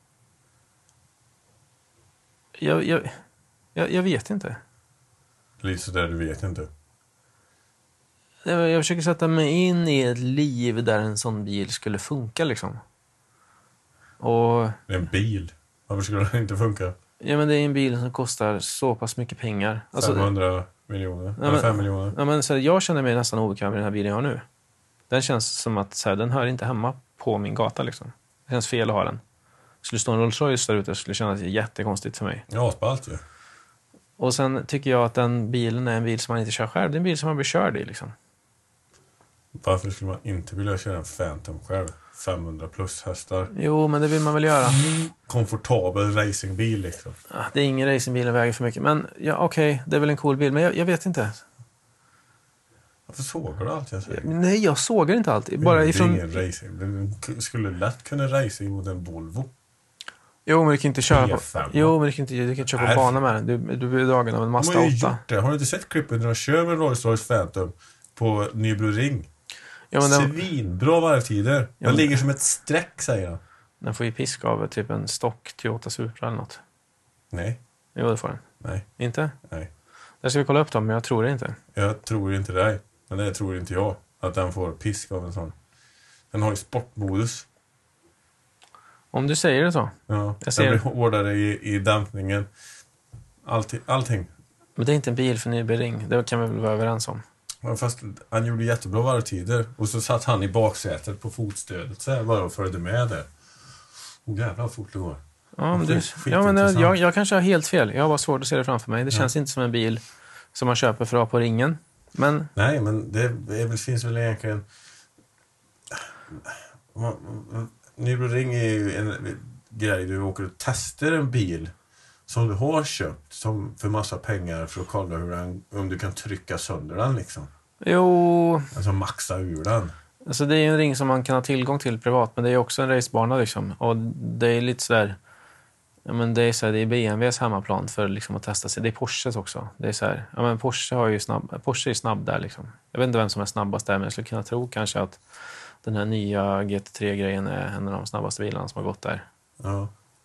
Jag, jag, jag, jag vet inte. Lite sådär, du vet inte. Jag, jag försöker sätta mig in i ett liv där en sån bil skulle funka liksom. Och... Det är en bil. Varför skulle den inte funka? Ja, men det är en bil som kostar så pass mycket pengar. Alltså, femhundra miljoner. Ja, Eller men, fem miljoner. Ja, men, så här, jag känner mig nästan obekväm med den här bilen jag har nu. Den känns som att så här, den hör inte hemma på min gata liksom. Det känns fel att ha den. Skulle stå en Rolls Royce där ute skulle kännas jättekonstigt för mig. Ja, spalt ju. Och sen tycker jag att den bilen är en bil som man inte kör själv. Det är en bil som man blir körd i liksom. Varför skulle man inte vilja köra en Phantom själv? femhundra plus hästar. Jo, men det vill man väl göra. Komfortabel racingbil liksom. Ah, det är ingen racingbil som väger för mycket. Men ja, okej, okay, det är väl en cool bil. Men jag, jag vet inte. Varför sågar du allt jag säger? Nej, jag sågar inte allt. Bara det är ifrån... ingen racing. Den skulle lätt kunna racing mot en Volvo. Jo, men du kan inte köra på... P fem. Jo, men du kan inte, du kan inte köra på bana med den. Du, du blir dragen av en Mazda De har ju åtta. gjort det. Har du inte sett klippet när de kör med Rolls Royce Phantom på Nybro Ring? Ja, men den, Svinbra varvtider. Den men- ligger som ett streck, säger jag. den får ju pisk av typ en stock Toyota Supra eller något. Nej, Jo, det får den. nej, Inte? nej. Där ska vi kolla upp dem, men jag tror det inte. Jag tror inte dig. Men det tror inte jag. Att den får pisk av en sån. Den har ju sportmodus. Om du säger det så. Ja, Jag ser den det. blir hårdare i, i dämpningen. Allting. allting. Men det är inte en bil för Nybro Ring. Det kan vi väl vara överens om. Ja, fast han gjorde jättebra varvtider. Och så satt han i baksätet på fotstödet så här bara och följde med där. Oh, jävlar vad fort det går. Ja, men, Ja, du, skit- ja, men skitintressant. jag, jag kanske har helt fel. Jag har bara svårt att se det framför mig. Det Ja. känns inte som en bil som man köper för att ha på ringen. Men Nej, men det, är, väl- finns väl egentligen... Nybro Ring är ju en grej. Du åker och testar en bil som du har köpt som för massa pengar för att kolla hur den, om du kan trycka sönder den liksom. jo, Alltså maxa ur den. alltså det är ju en ring som man kan ha tillgång till privat. Men det är också en racebana liksom. Och det är lite sådär... Ja, men det är så här, det är B M Ws hemmaplan för liksom att testa sig. Det är Porsches också. Det är så här, ja, men Porsche har ju snabb, Porsche är snabb där liksom. Jag vet inte vem som är snabbast där, men jag skulle kunna tro kanske att den här nya G T tre-grejen är en av de snabbaste bilarna som har gått där. Ja.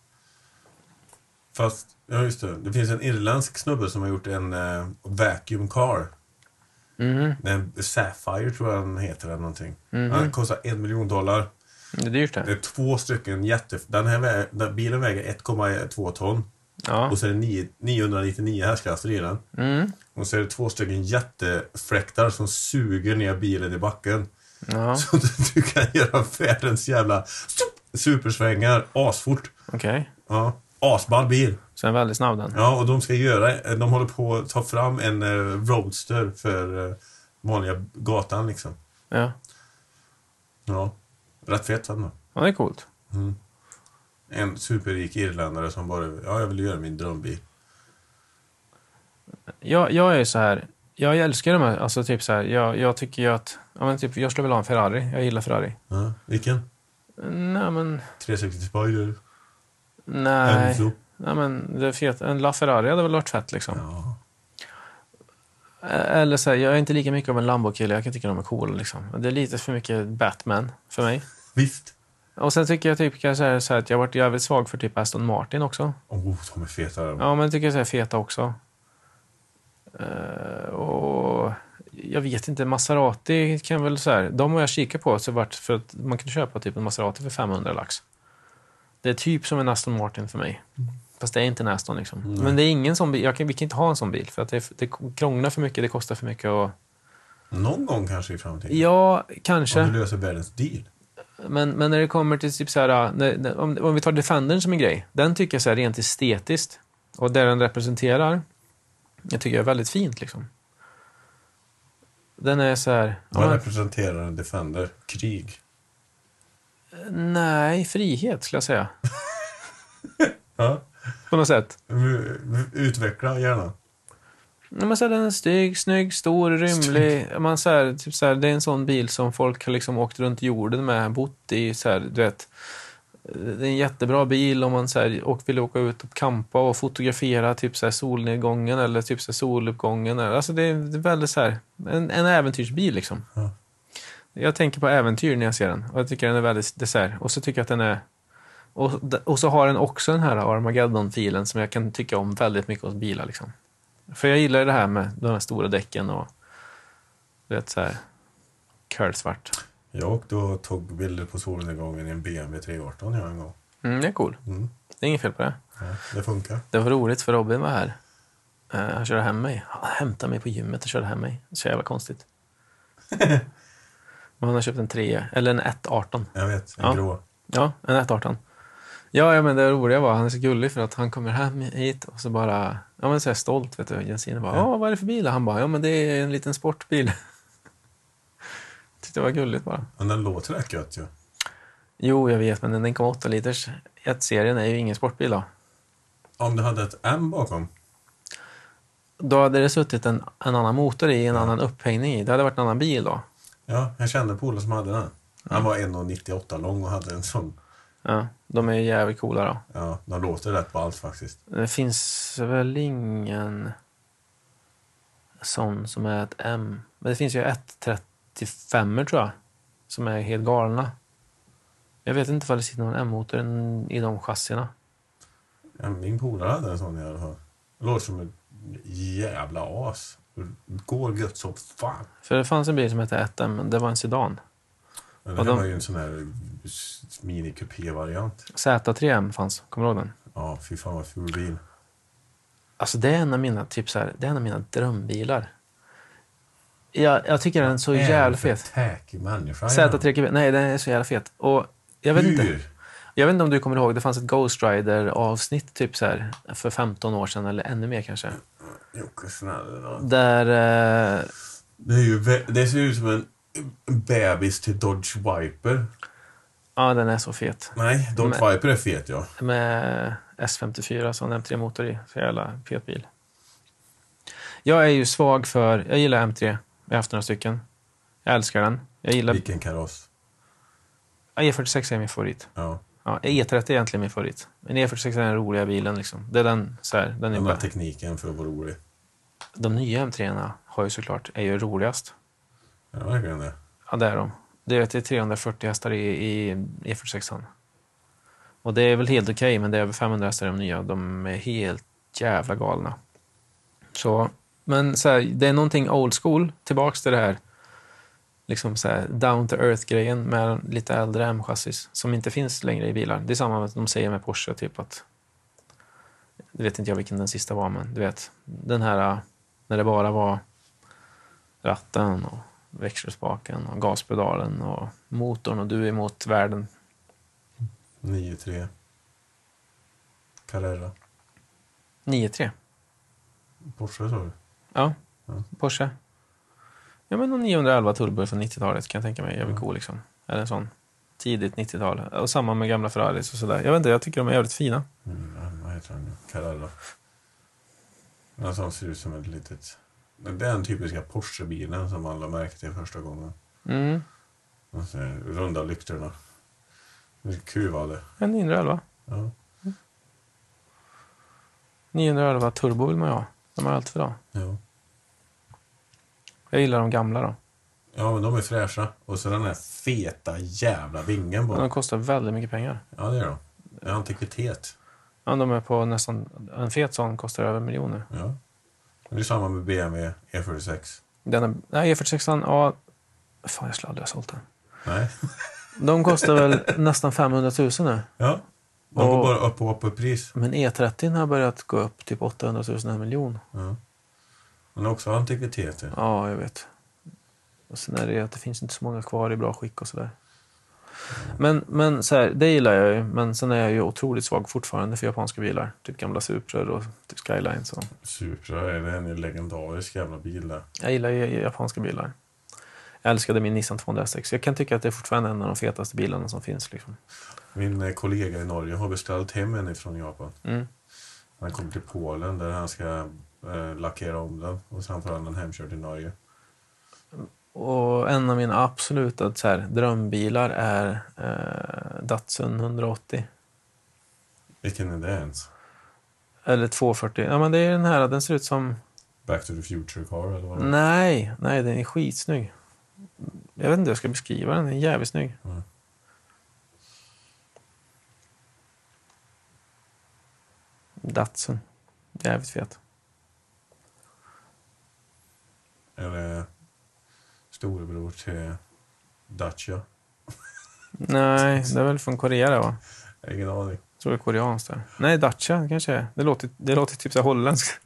Fast, ja just det. Det finns en irländsk snubbe som har gjort en eh, vacuum car. Mhm. En Sapphire tror jag den heter eller någonting. Mhm. Den kostar en miljon dollar. Det är dyrt Det det. är två stycken jätte... Den här vä... den bilen väger ett komma två ton. Ja. Och så är det nio niohundranittionio hästkrafter i den. Mm. Och så är det två stycken jättefläktar som suger ner bilen i backen. Ja, Så du, du kan göra världens jävla supersvängar asfort. okej. Ja, asball bil. Så är den väldigt snabb den. Ja, och de ska göra... De håller på att ta fram en uh, roadster för uh, vanliga gatan liksom. Ja. Ja, rätt fett den då. Ja, det är coolt. En superrik irländare som bara, ja jag vill göra min drömbil. Jag, jag är ju så här, jag älskar de här, alltså typ så här, jag, jag tycker ju att, ja men typ, jag skulle vilja ha en Ferrari, jag gillar Ferrari. Ja, vilken? Nej men, trehundrasextio Spider. nej, Enzo. nej men, det är fet, en LaFerrari hade väl varit fett liksom. Ja. Eller så här, jag är inte lika mycket av en Lambo-kille, jag kan tycka de är coola liksom. Det är lite för mycket Batman för mig. Visst. Och sen tycker jag typ kanske så här, att jag har varit jävligt svag för typ Aston Martin också. Oh, de är feta. Ja, men jag tycker så här feta också. Uh, och jag vet inte, Maserati kan väl så här, de har jag kikat på så vart för att man kan köpa typ en Maserati för femhundra lax. Det är typ som en Aston Martin för mig. Mm. Fast det är inte en Aston liksom. Mm. Men det är ingen sån bil, jag kan, vi kan inte ha en sån bil för att det, det krånglar för mycket, det kostar för mycket och... Någon gång kanske i framtiden. Ja, kanske. Om du löser världens deal. Men, men när det kommer till typ så här, när, om, om vi tar Defendern som en grej, den tycker jag så här rent estetiskt och där den representerar, jag tycker jag är väldigt fint liksom. Den är så här... Vad ja, representerar en Defender? Krig? Nej, frihet skulle jag säga. Ja. På något sätt. Utveckla gärna. Man säger den är stygg, snygg, stor, rymlig. Man säger typ så här, det är en sån bil som folk har liksom åkt runt jorden med, bott i så här, du vet. Det är en jättebra bil om man så här, och vill åka ut och kampa och fotografera typ så här solnedgången eller typ så här soluppgången. Alltså det är, det är väldigt så här en, en äventyrsbil liksom. Ja. Jag tänker på äventyr när jag ser den och jag tycker den är väldigt dessert. Och så tycker jag att den är och, och så har den också den här Armageddon-filen som jag kan tycka om väldigt mycket hos bilar liksom. För jag gillar det här med de här stora däcken och du vet så här curlsvart. Jag åkte och tog bilder på solnedgången i en B M W tre arton jag en gång. Mm, det är cool. Mm. Det är inget fel på det. Ja, det funkar. Det var roligt för Robin var här. Uh, han körde hem mig. Han hämtade mig på gymmet och körde hem mig. Så jävla konstigt. Men han har köpt en tre eller en ett arton. Jag vet, en ja. grå. Ja, en ett arton. Ja, ja, men det roliga var, han är så gullig för att han kommer hem hit och så bara, ja men så är stolt, vet du. Jensine bara, ja, vad är det för bil? Han bara, ja men det är en liten sportbil. Tyckte det var gulligt bara. Men den låter rätt gött ju. Ja. Jo, jag vet, men en en komma åtta liters ett-serien är ju ingen sportbil då. Om du hade ett M bakom? Då hade det suttit en, en annan motor i, en ja. annan upphängning i. Det hade varit en annan bil då. Ja, jag kände Polo som hade den. Han var en komma nittioåtta lång och hade en sån. Ja, de är ju jävligt coola då. Ja, de låter rätt på allt faktiskt. Det finns väl ingen sån som är ett M. Men det finns ju ett trettiofem tror jag. Som är helt galna. Jag vet inte vad det sitter någon M-motor i de chassierna. Ja, min polare hade en sån i alla fall. Det låter som ett jävla as. Det går gött som fan. För det fanns en bil som hette ett M. Det var en sedan. Ja, det de... var ju en sån här mini-kupé-variant. Z tre M fanns, kommer du ihåg den? Ja, fy fan vad ful bil. Alltså det är en av mina, typ så här, det är en av mina drömbilar. Jag, jag tycker den är så är jävla fet. Tacky människa. Z tre Q, nej den är så jävla fet. Och jag vet Hur? inte. Jag vet inte om du kommer ihåg, det fanns ett Ghost Rider avsnitt typ så här för femton år sedan eller ännu mer kanske. Jocke snälla. Där eh... det är ju det ser ut som en bebis till Dodge Viper. Ja, den är så fet. Nej, Dodge med, Viper är fet, ja. Med S femtiofyra som M tre motor i, så jävla fet bil. Jag är ju svag för, jag gillar M tre. Jag har haft några stycken. Jag älskar den. Jag gillar... Vilken kaross? Ja, E fyrtiosex är min favorit. Ja. Ja, E trettio är egentligen min favorit. Men E fyrtiosex är den roliga bilen liksom. Det är den så här, den är den bara... tekniken för att vara rolig. De nya M tre-erna har ju såklart, är ju roligast. Ja, verkligen det. Ja, det är de. Det är trehundrafyrtio hästar i, i E fyrtiosex. Och det är väl helt okej, okay, men det är över femhundra hästar i de nya. De är helt jävla galna. Så, men så här, det är någonting old school tillbaks till det här liksom så här down to earth-grejen med lite äldre M-chassis som inte finns längre i bilar. Det är samma med de säger med Porsche typ att det vet inte jag vilken den sista var, men du vet den här när det bara var ratten och växelspaken och gaspedalen och motorn och du är emot världen. nio tre Carrera. nio tre Porsche sa du? Ja, ja. Porsche. Ja, men niohundraelva turbo från nittiotalet kan jag tänka mig. Jävligt ja. cool liksom. Eller en sån tidigt nittiotal. Och samma med gamla Ferraris och sådär. Jag vet inte, jag tycker de är jävligt fina. Mm, vad heter den? Carrera. Den som ser ut som ett litet... Det är den typiska Porsche-bilen som alla märkte till första gången. Mm. Och så runda lyktorna. Lite kuvade. En niohundraelva. Ja. niohundraelva turbo vill man ju ha. De är allt för bra. Ja. Jag gillar de gamla då. Ja, men de är fräscha. Och så den här feta jävla vingen på. Men de kostar väldigt mycket pengar. Ja, det är de. Det är antikvitet. Ja, de är på nästan... En fet sån kostar över miljoner. Ja. Det är samma med B M W E fyrtiosex. Den är, nej, E fyrtiosex, ja... Fan, jag skulle aldrig ha sålt den. Nej. De kostar väl nästan femhundratusen nu. Ja. De går Och- bara upp och upp i pris. Men E trettio har börjat gå upp typ åttahundratusen, en miljon. Ja. Men också antikviteter. Ja, jag vet. Och sen är det att det finns inte så många kvar i bra skick och sådär. Men, men så här, det gillar jag ju. Men sen är jag ju otroligt svag fortfarande för japanska bilar. Typ gamla Supror och typ Skylines. Och. Supra är det en legendarisk jävla bil där. Jag gillar ju japanska bilar. Jag älskade min Nissan tvåhundrasex. Jag kan tycka att det är fortfarande en av de fetaste bilarna som finns. Liksom. Min eh, kollega i Norge har beställt hem en från Japan. Mm. Han kommer till Polen där han ska eh, lackera om den. Och sen får han den hemkörd till Norge. Och en av mina absoluta så här, drömbilar är eh, Datsun hundraåttio. Vilken är det ens? Eller tvåhundrafyrtio. Ja, men det är den här. Den ser ut som... Back to the future car eller vad? Nej, nej, den är skitsnygg. Jag vet inte hur jag ska beskriva den. Den är jävligt snygg. Mm. Datsun. Jävligt fet. Eller storebror till Dacia. Nej, det är väl från Korea det, va? Jag har ingen aning. Jag tror det är koreanskt där. Nej, Dacia kanske är. Det låter, det låter typ så här holländskt.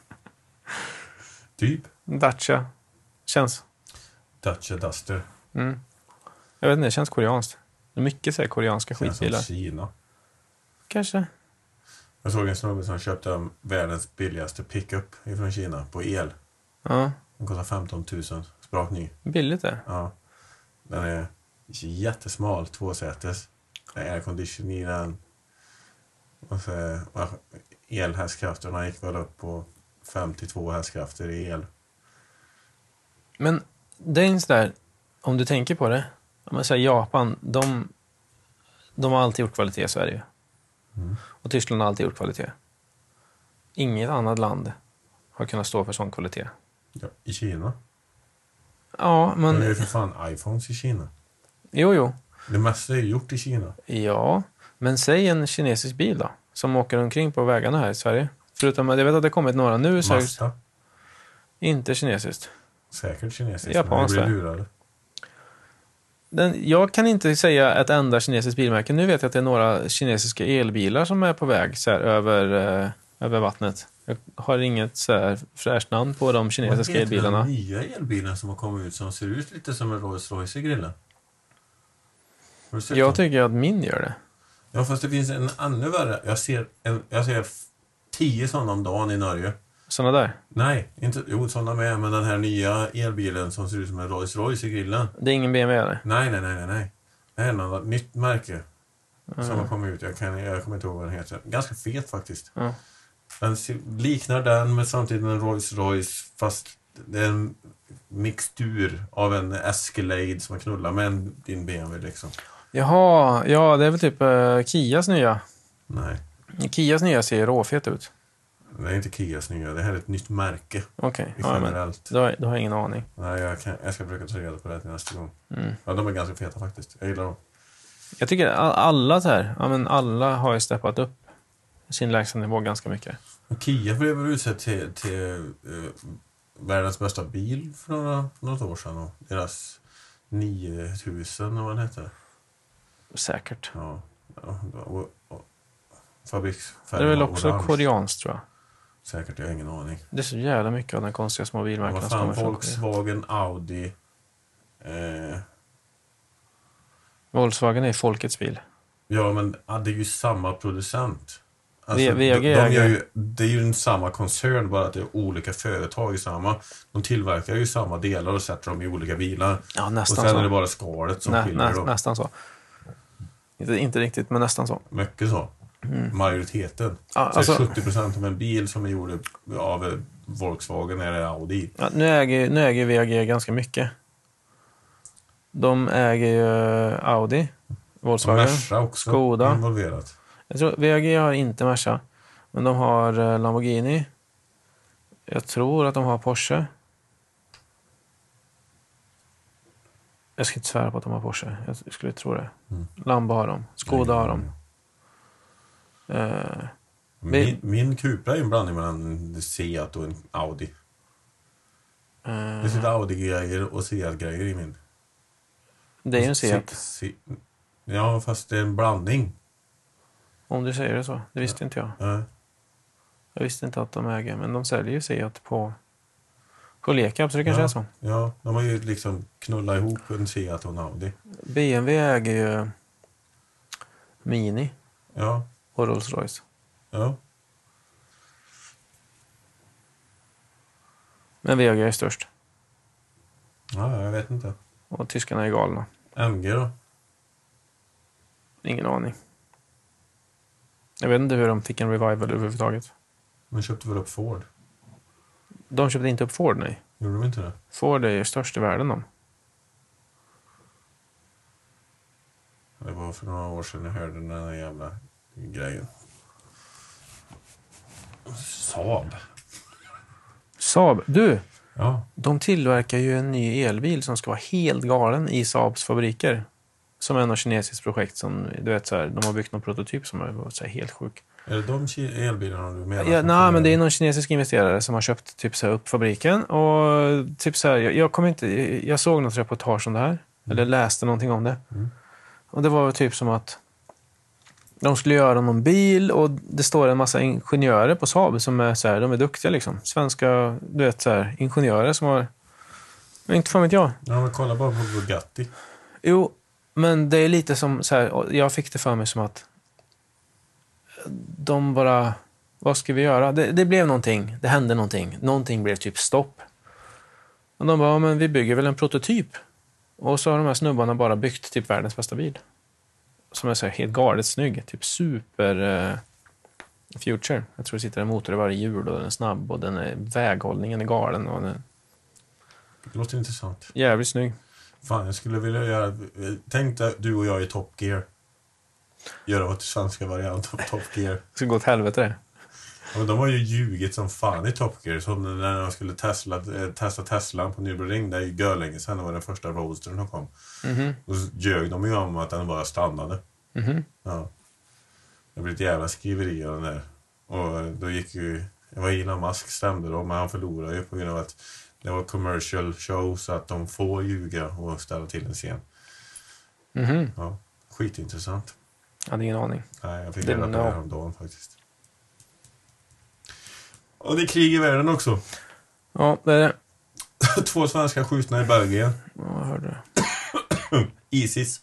Typ Dacia. Känns. Dacia Duster. Mm. Jag vet inte, det känns koreanskt. Det är mycket så här koreanska Känns som skitbilar. Kina. Kanske. Jag såg en snubbe som köpte världens billigaste pickup från Kina på el. Ja, Den kostar femton tusen. Sprakny. billigt det. Ja. Den är jättesmal, tvåsätes. Det är aircondition i den. Och så elhästkrafterna gick väl upp på femtiotvå hästkrafter i el. Men det är en sån där, om du tänker på det, om man säger Japan, de, de har alltid gjort kvalitet i Sverige. Mm. Och Tyskland har alltid gjort kvalitet. Inget annat land har kunnat stå för sån kvalitet. Ja, i Kina. Ja, Men det är men... ju för fan iPhones i Kina. Jo, jo. Det mesta är ju gjort i Kina. Ja, men säg en kinesisk bil då, som åker omkring på vägarna här i Sverige. Förutom att jag vet att det kommit några nu, så är det Mazda. inte kinesiskt. Säkert kinesiskt. Japanskt, men det blir va? lurade. Den, jag kan inte säga ett enda kinesiskt bilmärke. Nu vet jag att det är några kinesiska elbilar som är på väg så här, över, eh, över vattnet. Jag har inget så här fräscht namn på de kinesiska Vad heter elbilarna. den nya elbilen som har kommit ut som ser ut lite som en Rolls Royce i grillen? Har du sett Jag den? tycker att min gör det. Ja, fast det finns en ännu värre. Jag ser, en, jag ser f- tio sådana om dagen i Norge. Såna där. Nej, inte, jo sådana med, men den här nya elbilen som ser ut som en Rolls Royce i grillen. Det är ingen B M W eller? Nej, nej, nej, nej, nej. Det är något nytt märke som Mm. har kommit ut. Jag, kan, jag kommer inte ihåg vad den heter. Ganska fet faktiskt. Ja. Den ser, liknar den, men samtidigt en Rolls Royce, fast det är en mixtur av en Escalade som har knullat med en, din B M W liksom. Jaha, ja det är väl typ uh, Kias nya. Nej, Kias nya ser råfet ut. det är inte Kias nya. Det här är ett nytt märke. Okej, okay. ja, men Generellt. då, har- då har jag ingen aning. Nej, jag, kan, jag ska försöka ta reda på det till nästa gång. Mm. Ja, de är ganska feta faktiskt. Jag gillar dem. Jag tycker all- alla så här, ja, men alla har ju steppat upp sin lägstanivå ganska mycket. Och Kia blev väl utsett till, till uh, världens bästa bil för några, något år sedan. Och deras nio tusen, vad det heter. Säkert. Ja. ja och, och, fabriks, Det är väl också koreanskt, tror jag. Säkert, jag har ingen aning. Det är så jävla mycket av den konstiga små bilmärkena Vad som fan, kommer från Korea. Volkswagen, Audi. Eh, Volkswagen är folkets bil. ja, men ja, det är ju samma producent. V- de, VG de äger- gör ju, det är ju en samma koncern, bara att det är olika företag i samma. De tillverkar ju samma delar och sätter dem i olika bilar. Ja, Och nästan sen så. är det bara skalet som Nä, skiljer nä, dem. nästan så. Inte, inte riktigt, men nästan så. Mycket så. Mm. Majoriteten. Ja, så alltså, sjuttio procent av en bil som är gjord av Volkswagen är Audi. Ja, nu, äger, nu äger V A G ganska mycket. De äger ju Audi, Volkswagen, Merca också Skoda. involverat. Jag tror V A G har inte Merca, men de har Lamborghini. Jag tror att de har Porsche. Jag ska inte svära på att de har Porsche. Jag skulle tro det. Mm. Lambo har de. Skoda har de. Mm. Uh, min, min Cupra är en blandning mellan en Seat och en Audi. Uh, det sitter Audi-grejer och Seat-grejer i min. Det är ju en Seat. Se, se, ja, fast det är en blandning. Om du säger det så. Det visste ja. inte jag. Ja. Jag visste inte att de äger. Men de säljer ju Seat på, på Lekab, så det kanske ja. är så. Ja, de har ju liksom knullat ihop en Seat och en Audi. B M W äger ju Mini. Ja. Och Rolls-Royce. Ja. Men V A G är störst. Ja, jag vet inte. Och tyskarna är galna. M G då? Ingen aning. Jag vet inte hur de fick en revival överhuvudtaget. De köpte väl upp Ford? De köpte inte upp Ford, nej. Gjorde de inte det? Ford är ju störst i världen de. Det var för några år sedan jag hörde den här jävla grejen. Saab. Saab, du! Ja. De tillverkar ju en ny elbil som ska vara helt galen i Saabs fabriker. Som är något kinesiskt projekt som, du vet så här, de har byggt någon prototyp som är så här, helt sjuk. Är det de elbilarna du menar? Ja, nej, men det är någon kinesisk investerare som har köpt typ så här, upp fabriken och typ så här, jag, jag kommer inte, jag såg något reportage om det här, mm. eller läste någonting om det. Mm. Och det var typ som att de skulle göra någon bil och det står en massa ingenjörer på Saab som är så här, de är duktiga liksom. Svenska, du vet så här, ingenjörer som har, inte fan vet jag. Ja, men kolla bara på Bugatti. Jo, men det är lite som så här, jag fick det för mig som att de bara, vad ska vi göra? Det, det blev någonting, det hände någonting. Någonting blev typ stopp. Och de bara, men vi bygger väl en prototyp. Och så har de här snubbarna bara byggt typ världens bästa bil. Som är så här helt galet snygg. Typ super uh, future. Jag tror det sitter en motor i varje hjul och den är snabb och den är, väghållningen är galen. Och den är det låter intressant. Jävligt snygg. Fan, jag skulle vilja göra... Tänk dig du och jag i Top Gear. Göra vårt svenska variant av Top Gear. Det ska gå åt helvete det. Ja, de har ju ljugit som fan i Top Gear. Som när de skulle Tesla, testa Teslan på Nürburgring. Det är ju görlänge sedan. Det var den första roadstern som kom. Mm-hmm. Och så ljög de ju om att den bara stannade. Mm-hmm. Ja. Det blev ett jävla skriveri av den där. Och då gick ju... Jag var Elon Musk stämde då. Men han förlorade ju på grund av att det var commercial show. Så att de får ljuga och ställa till en scen. Mm-hmm. Ja, skitintressant. Jag hade ingen aning. Nej, jag fick reda på det här om dagen faktiskt. Och det är krig i världen också. Ja, det är det. Två svenska skjutna i Belgien. Ja, jag hörde det. Isis.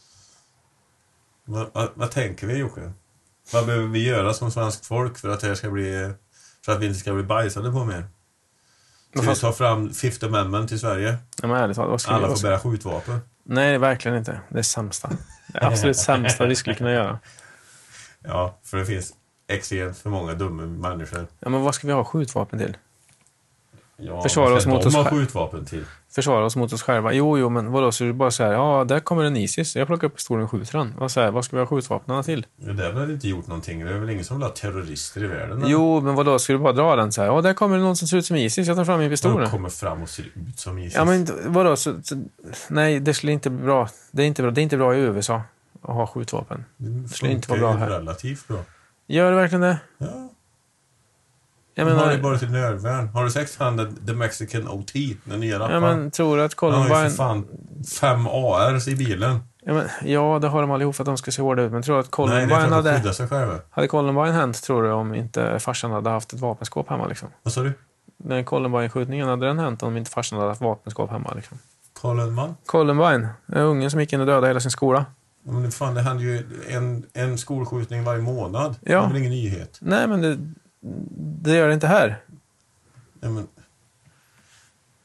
Vad, vad, vad tänker vi, Jocke? Vad behöver vi göra som svensk folk för att det ska bli, för att vi inte ska bli bajsade på mer? Ska vi ta fram Fifth Amendment till Sverige? Ja, men ärligt, vad ska alla vi får bära skjutvapen. Nej, verkligen inte. Det är sämsta. Det är absolut sämsta vi skulle kunna göra. Ja, för det finns extremt för många dumma människor. Ja, men vad ska vi ha skjutvapen till? Ja, försvara oss mot oss själva. Skjutvapen till. Försvara oss mot oss själva. Jo, jo, men vadå? Så är det bara så här, ja, där kommer en ISIS. Jag plockar upp pistolen och skjuter den. Vad, så här, vad ska vi ha skjutvapnarna till? Ja, det har väl inte gjort någonting. Det är väl ingen som vill ha terrorister i världen? Eller? Jo, men vadå? Ska du bara dra den så här? Ja, där kommer det någon som ser ut som ISIS. Jag tar fram min pistol. De kommer fram och ser ut som ISIS. Ja, men vadå? Så, så, nej, det skulle inte bli bra. Det är inte bra. Det är inte bra i U S A att ha skjutvapen. Det skulle inte vara bra här. Relativt bra. Gör det verkligen det? Ja. Jag menar, menar, har ju bara till nödvärn. Har du sett han The Mexican O T, den nya rapparen? Ja, men tror du att Columbine... Han har ju för fan fem A Rs i bilen. Ja, men, ja, det har de allihop för att de ska se hårda ut. Men tror du att Columbine Nej, det är hade... skydda sig själva. Hade Columbine hänt, tror du, om inte farsan hade haft ett vapenskåp hemma, liksom? Vad sa du? Den Columbine-skjutningen, hade den hänt om inte farsan hade haft vapenskåp hemma, liksom? Columbine? Columbine. En ungen som gick in och dödade hela sin skola. Ja, men fan, det hände ju en, en skolskjutning varje månad. Ja. Det är väl ingen nyhet? Nej, men det, det gör det inte här. Ja, men...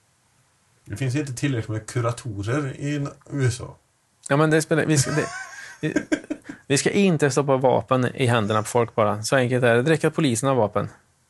Det finns inte tillräckligt med kuratorer i U S A. Ja, men det spelar... Vi ska, det, Vi, vi ska inte stoppa vapen i händerna på folk bara. Så enkelt är det. Det räcker att polisen har vapen.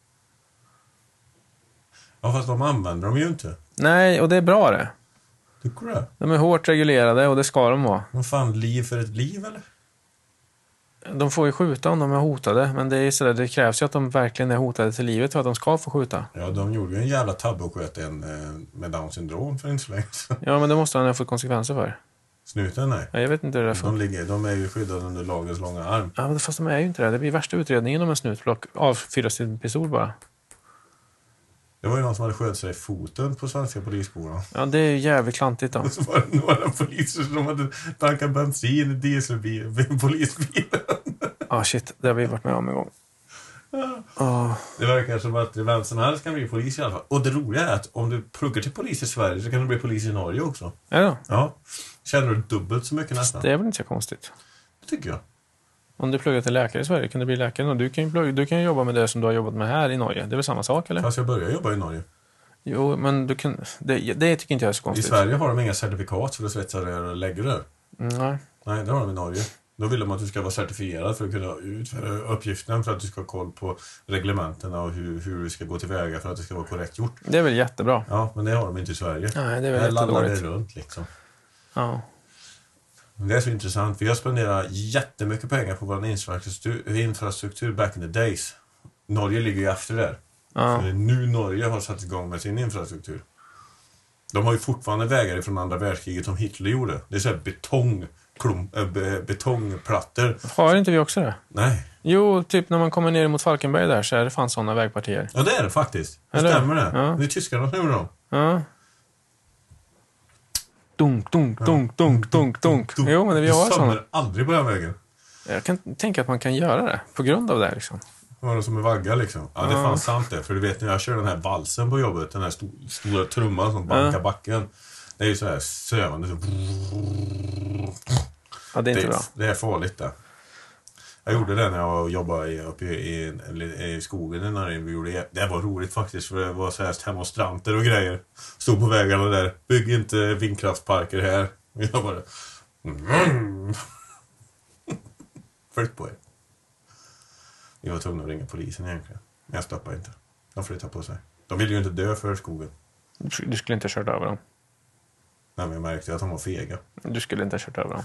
Ja, fast de använder dem ju inte. Nej, och det är bra det. Tycker du det? De är hårt reglerade och det ska de vara. Vad fan, liv för ett liv eller? De får ju skjuta om de är hotade, men det är så där, det krävs ju att de verkligen är hotade till livet för att de ska få skjuta. Ja, de gjorde ju en jävla tabbe och sköt en eh, med Down syndrom för inte så länge sedan. Ja, men det måste han ha fått konsekvenser för. Snuten, nej. Ja, jag vet inte hur det är för. De, ligger, de är ju skyddade under lagens långa arm. Ja, men fast de är ju inte det. Det blir värsta utredningen om en snutblock avfyras till en pistol bara. Det var ju någon som hade skött sig i foten på svenska polisskolan. Ja, det är ju jävligt klantigt då. Och så var det några poliser som hade tankat bensin i dieselbilen, polisbilen. Ja, ah, shit. Det har vi varit med om en gång. Oh. Det verkar som att vem som helst kan bli polis i alla fall. Och det roliga är att om du pluggar till polis i Sverige så kan du bli polis i Norge också. Är det? Ja. Känner du dubbelt så mycket nästan? Det är väl inte så konstigt. Det tycker jag. Om du pluggar till läkare i Sverige kan du bli läkare. Du kan ju, plugga, du kan ju jobba med det som du har jobbat med här i Norge. Det är väl samma sak, eller? Fast jag började jobba i Norge. Jo, men du kan, det, det tycker inte jag är så konstigt. I Sverige har de inga certifikat för att svetsa rör och läggrör. Mm, nej. Nej, det har de i Norge. Då vill de att du ska vara certifierad för att kunna utföra uppgiften, för att du ska ha koll på reglementerna och hur, hur du ska gå tillväga för att det ska vara korrekt gjort. Det är väl jättebra. Ja, men det har de inte i Sverige. Nej, det är väl Här lallar det jättedåligt. runt liksom. Ja. Det är så intressant. Vi har spenderat jättemycket pengar på vår infrastruktur, infrastruktur back in the days. Norge ligger ju efter där. Ja. Så det är nu Norge har satt igång med sin infrastruktur. De har ju fortfarande vägar från andra världskriget som Hitler gjorde. Det är så här betong, klum, äh, be, betongplattor. Har inte vi också det? Nej. Jo, typ när man kommer ner mot Falkenberg där så är det fan sådana vägpartier. Ja, det är det faktiskt. Det Eller? stämmer det. Ja. Det är tyskarna som gjorde dem. Ja. Dunk, dunk, dunk, dunk, dunk, dunk. Jo, men det vi har Du sådana. samlar aldrig på den vägen. Jag kan tänka att man kan göra det på grund av det liksom. Var det som en vagga liksom? Ja, det är Ja. fan sant det. För du vet när jag kör den här valsen på jobbet, den här sto stora trumman som bankar Ja. backen. Det är ju så här sövande. Så... Ja, det är inte det, bra. det är farligt det. Jag gjorde det när jag jobbade i, uppe i, i, i skogen när vi gjorde det. Det var roligt faktiskt, för det var så här demonstranter och grejer. Stod på vägarna där. Bygg inte vindkraftsparker här. Och jag bara... Mm. Flytt på er. Vi var tvungna att ringa polisen egentligen. Men jag stoppade inte. De flyttade på sig. De ville ju inte dö för skogen. Du skulle inte ha kört över dem. Nej, men jag märkte att de var fega. Du skulle inte ha kört över dem.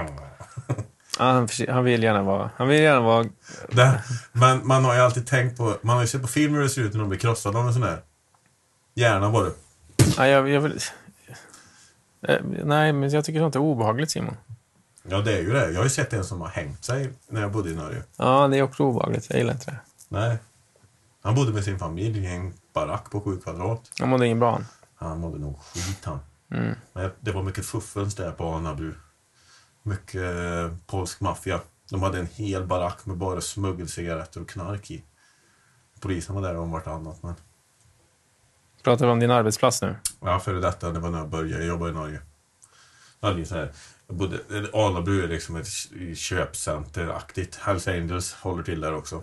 Ja, han, han vill gärna vara... Han vill gärna vara... Det, men man har ju alltid tänkt på... Man har ju sett på film hur det ser ut när de blir krossade av en sån där. Gärna var det. Ja, jag, jag vill... Eh, Nej, men jag tycker sånt är obehagligt, Simon. Ja, det är ju det. Jag har ju sett en som har hängt sig när jag bodde i Norge. Ja, det är också obehagligt. Jag gillar inte det. Nej. Han bodde med sin familj i en barack på sju kvadrat. Han mådde ingen bra han. Han mådde nog skit han. Mm. Men det var mycket fuffens där på Anabru. Mycket eh, polsk maffia. De hade en hel barack med bara smuggelcigaretter och knark i. Polisen var där om vartannat, men... Pratar vi om din arbetsplats nu? Ja, för detta, det var när jag började jobba i Norge. Jag hade ju så här... Jag bodde, Anabru är liksom ett köpcenter-aktigt. Hells Angels håller till där också.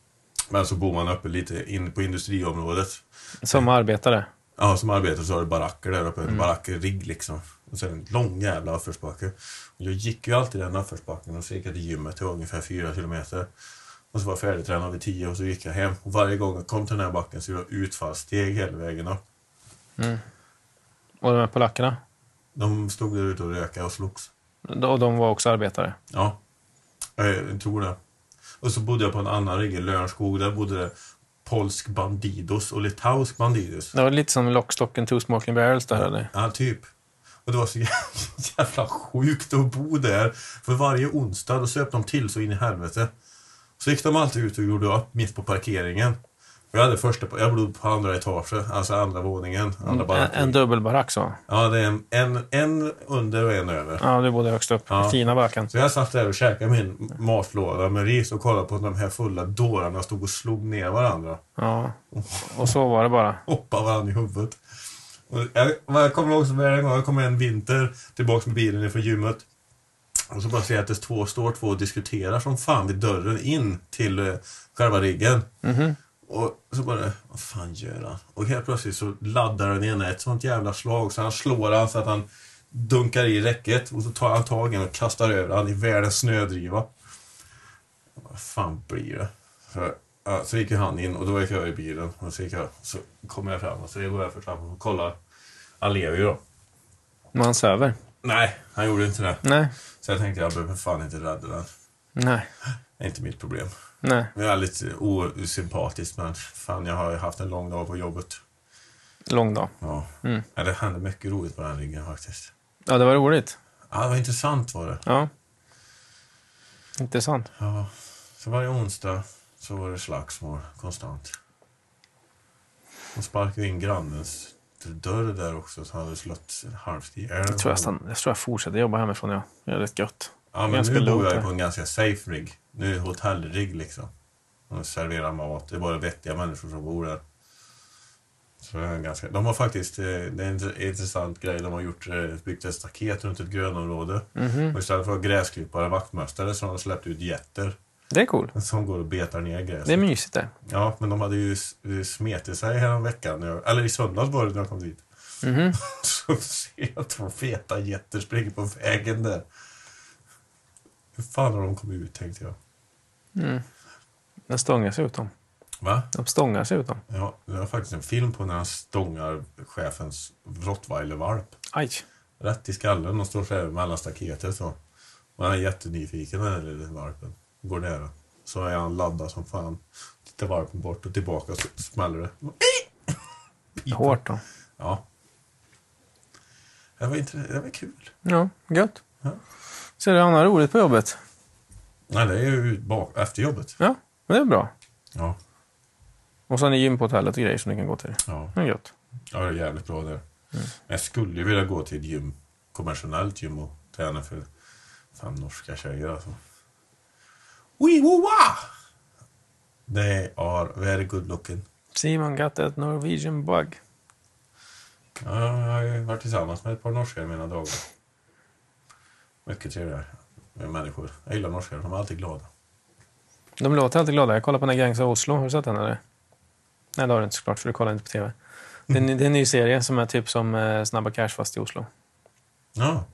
Men så bor man uppe lite in på industriområdet. Som arbetare? Ja, som arbetar så har det baracker där uppe. Mm. Baracker-rigg liksom. Och så är det en lång jävla uppförsbacke. Och jag gick ju alltid den uppförsbacken och så gick jag till gymmet till ungefär fyra kilometer. Och så var jag färdigtränad vid tio och så gick jag hem. Och varje gång jag kom till den här backen så gjorde jag utfallssteg hela vägen upp. Mm. Och de här polackerna? De stod där ute och rökade och slogs. Och de var också arbetare? Ja, jag tror det. Och så bodde jag på en annan rigg i Lörnskog. Där bodde det polsk bandidos och litausk bandidos. Det var lite som Lock, Stock and Two Smoking Barrels där, eller? Ja, typ. Och det var så jävla sjukt att bo där. För varje onsdag då söp de till så in i helvete. Så gick de alltid ut och gjorde upp mitt på parkeringen. Jag hade första, jag bodde på andra etaget, alltså andra våningen. Andra en, en dubbelbarack så? Ja, det är en, en, en under och en över. Ja, du bodde högst upp. Ja. Fina baracken. Så jag satt där och käkade min matlåda med ris och kollade på de här fulla dårarna stod och slog ner varandra. Ja, och så var det bara. Hoppa varandra i huvudet. Och jag, jag kommer också med en gång, jag kommer en vinter tillbaka med bilen från gymmet. Och så bara ser jag att det två, står två och diskuterar som fan vid dörren in till uh, själva riggen. Mhm. Och så bara, vad fan gör han? Och helt plötsligt så laddar den ena ett sånt jävla slag så han slår han så att han dunkar i räcket och så tar han tagen och kastar över han i världens snödriva. Vad fan blir det? Så, ja, så gick han in och då gick jag i bilen och så, gick jag, så kom jag fram och så går jag för trappan och kollar. Han lever ju då. Men han söver? Nej, han gjorde inte det. Nej. Så jag tänkte jag behöver fan inte rädda den. Nej. Det är inte mitt problem. Nej. Det är lite osympatiskt, men fan, jag har ju haft en lång dag på jobbet. Lång dag. Ja. Mm. Ja, det hände mycket roligt på den ryggen faktiskt. Ja, det var roligt. Ja, det var intressant var det. Ja. Intressant. Ja. Så varje onsdag så var det slagsmål konstant. De sparkade in grannens dörr där också, så hade det slått halvt i. Jag tror jag, stann, jag tror jag fortsätter jobba hemifrån, ja. Det är rätt gött. Ja, men nu bor jag på en ganska safe rigg. Nu är det hotellrigg liksom. De serverar mat. Det är bara vettiga människor som bor där. Så det är ganska... De har faktiskt... Det är en intressant grej. De har gjort, byggt ett staket runt ett grönområde. Mm-hmm. Och istället för att gräsklippare vaktmästare så har de släppt ut jätter. Det är cool. Som går och betar ner gräset. Det är mysigt där. Ja, men de hade ju smetit sig här en vecka. Eller i söndags var det när jag kom dit. Mm-hmm. Så ser jag två feta jätter springer på vägen där. Hur fan har de kommit ut, tänkte jag. Mm. Den stångar sig ut dem. Va? De stångar sig ut dem. Ja, det var faktiskt en film på när han stångar chefens rottweilervalp. Aj. Rätt i skallen och står själv mellan staketet så. Och han är jättenyfiken den här lilla valpen. Går nära. Så är han laddad som fan. Tittar valpen bort och tillbaka så smäller det. Pipa. Hårt då. Ja. Det var, inte, det var kul. Ja, gött. Ja. Så är det annat roligt på jobbet? Nej, det är ju bak, efter jobbet. Ja, men det är bra. Ja. Och så är ni gym på hotellet och grejer som ni kan gå till. Ja. Det är gött. Ja, det är jävligt bra där. Mm. Men jag skulle ju vilja gå till ett gym. Konventionellt gym och träna för fem norska tjejer alltså. Wee woo wah! They are very good looking. Simon got that Norwegian bug. Ja, jag har ju varit tillsammans med ett par norskar i mina dagar. Mycket trevligare med människor. Jag gillar norskar, de är alltid glada. De låter alltid glada. Jag kollar på den här Gangs of Oslo. Har du sett den eller? Nej, det har du inte såklart, för du kollar inte på tv. Det är, en, det är en ny serie som är typ som eh, Snabba Cash fast i Oslo. Ja.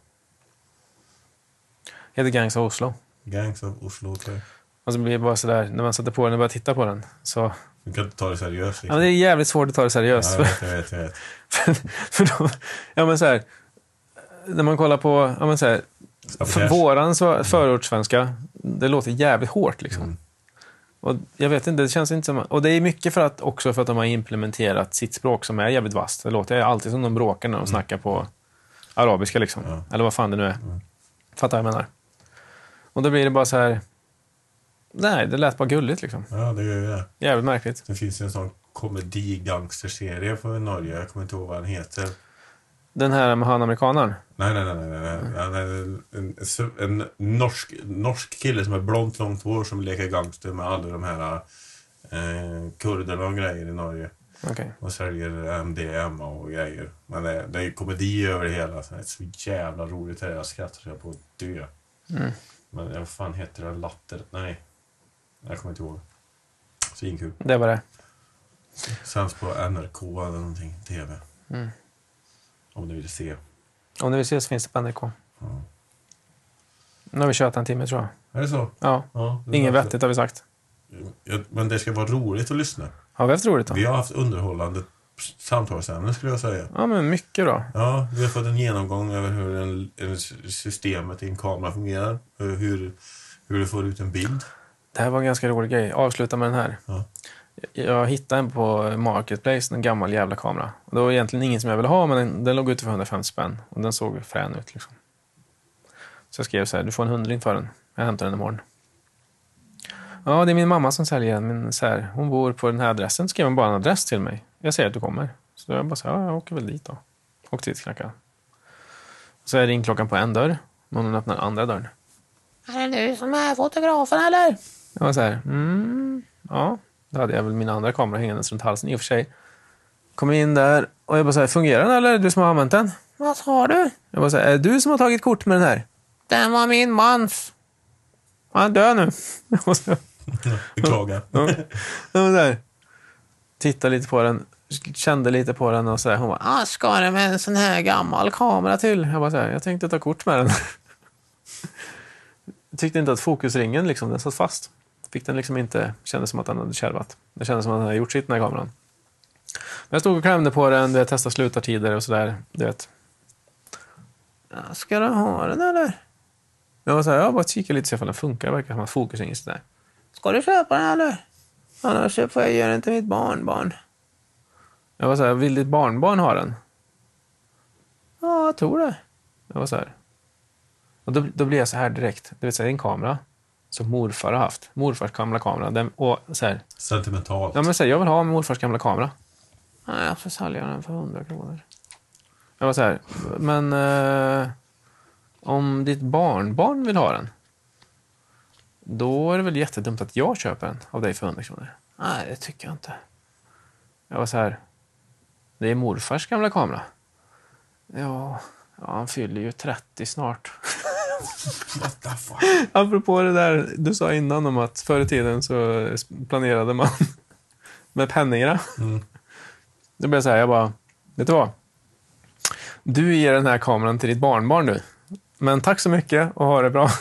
Heter Gangs of Oslo. Gangs of Oslo, okej. Okay. Och så blir det bara sådär, när man sätter på den och börjar titta på den så... Du kan inte ta det seriöst liksom. Ja, men det är jävligt svårt att ta det seriöst. Ja, jag vet, jag vet, jag vet. för, för då, ja men så här, när man kollar på, ja men så här, för våran så, förortssvenska, det låter jävligt hårt liksom. Mm. Och jag vet inte, det känns inte som... Och det är mycket för att, också för att de har implementerat sitt språk som är jävligt vasst. Det låter alltid som de bråkar när de mm. snackar på arabiska liksom. Ja. Eller vad fan det nu är. Mm. Fattar jag menar. Och då blir det bara så här... Nej, det lät bara gulligt liksom. Ja, det gör det. Jävligt märkligt. Det finns en sån komedi-gangsterserie på Norge. Jag kommer inte ihåg vad den heter. Den här med han amerikanaren? Nej, nej, nej. nej, nej. Han är en, en, en norsk, norsk kille som är blont långt hår som leker gangster med alla de här eh, kurderna och grejer i Norge. Okay. Och säljer M D M A och grejer. Men det, det är komedi över det hela. Så det är så jävla roligt här. Jag skrattar sig på att dö. Mm. Men vad fan heter det? Latter? Nej. Jag kommer inte ihåg. Svinkul. Det var det. Sänds på N R K eller någonting. T V. Mm. Om du vill se. Om du vill se så finns det på N R K. Ja. Nu har vi kört en timme tror jag. Är det så? Ja. ja det Ingen vettigt har vi sagt. Ja, men det ska vara roligt att lyssna. Har vi haft roligt då? Vi har haft underhållande samtalsämnen skulle jag säga. Ja, men mycket då. Ja, vi har fått en genomgång över hur en, en systemet i en kamera fungerar. Hur, hur du får ut en bild. Det här var en ganska rolig grej. Avsluta med den här. Ja. Jag hittade en på Marketplace, en gammal jävla kamera. Och det var egentligen ingen som jag ville ha, men den, den låg ute för hundrafemtio spänn. Och den såg frän ut liksom. Så jag skrev så här, du får en hundring för den. Jag hämtar den imorgon. Ja, det är min mamma som säljer den. Men så här, hon bor på den här adressen. Så skrev hon bara en adress till mig. Jag säger att du kommer. Så jag bara så här, ja, jag åker väl dit då. Åkte dit, knackade. Så är ringklockan på en dörr. Men hon öppnar andra dörren. Är det du som är fotografen eller? Jag var så här, mm, ja. Då hade jag väl min andra kamera hängandes runt halsen i och för sig. Kom in där och jag bara så här, fungerar den eller är det du som har använt den? Vad sa du? Jag bara så här, är det du som har tagit kort med den här? Den var min mans. Han är död nu. Beklagar. Ja. Jag var så här, tittade lite på den, kände lite på den och så här, hon bara, ah, ska det med en sån här gammal kamera till? Jag bara så här, jag tänkte ta kort med den. Jag tyckte inte att fokusringen liksom, den satt fast. Fick den liksom inte, kändes som att den hade kärvat. Det kändes som att den hade gjort sitt den här kameran. Men jag stod och klämde på den, jag testade slutartider och sådär, du vet. Ja, ska du ha den eller? Jag var så här, jag bara kikade lite så ifall den funkar, det verkar som att fokusringen är där. Ska du köpa den eller? Annars får jag ge den till mitt barnbarn. Jag var så här, vill ditt barnbarn ha den? Ja, jag tror det. Jag var så här. Och då, då blir jag så här direkt. Det vill säga en kamera som morfar har haft. Morfars gamla kamera. Den, och så här. Sentimentalt. Ja, men så här, jag vill ha morfars gamla kamera. Nej, jag får sälja den för hundra kronor. Jag var så här, men eh, om ditt barnbarn vill ha den, då är det väl jättedumt att jag köper den av dig för hundra kronor. Nej, det tycker jag inte. Jag var så här, det är morfars gamla kamera. Ja, ja han fyller ju trettio snart. What the fuck? Apropå det där du sa innan om att förr i tiden så planerade man med penningarna. Mm. Då blev jag så här, jag bara, vet du vad? Du ger den här kameran till ditt barnbarn nu. Men tack så mycket och ha det bra.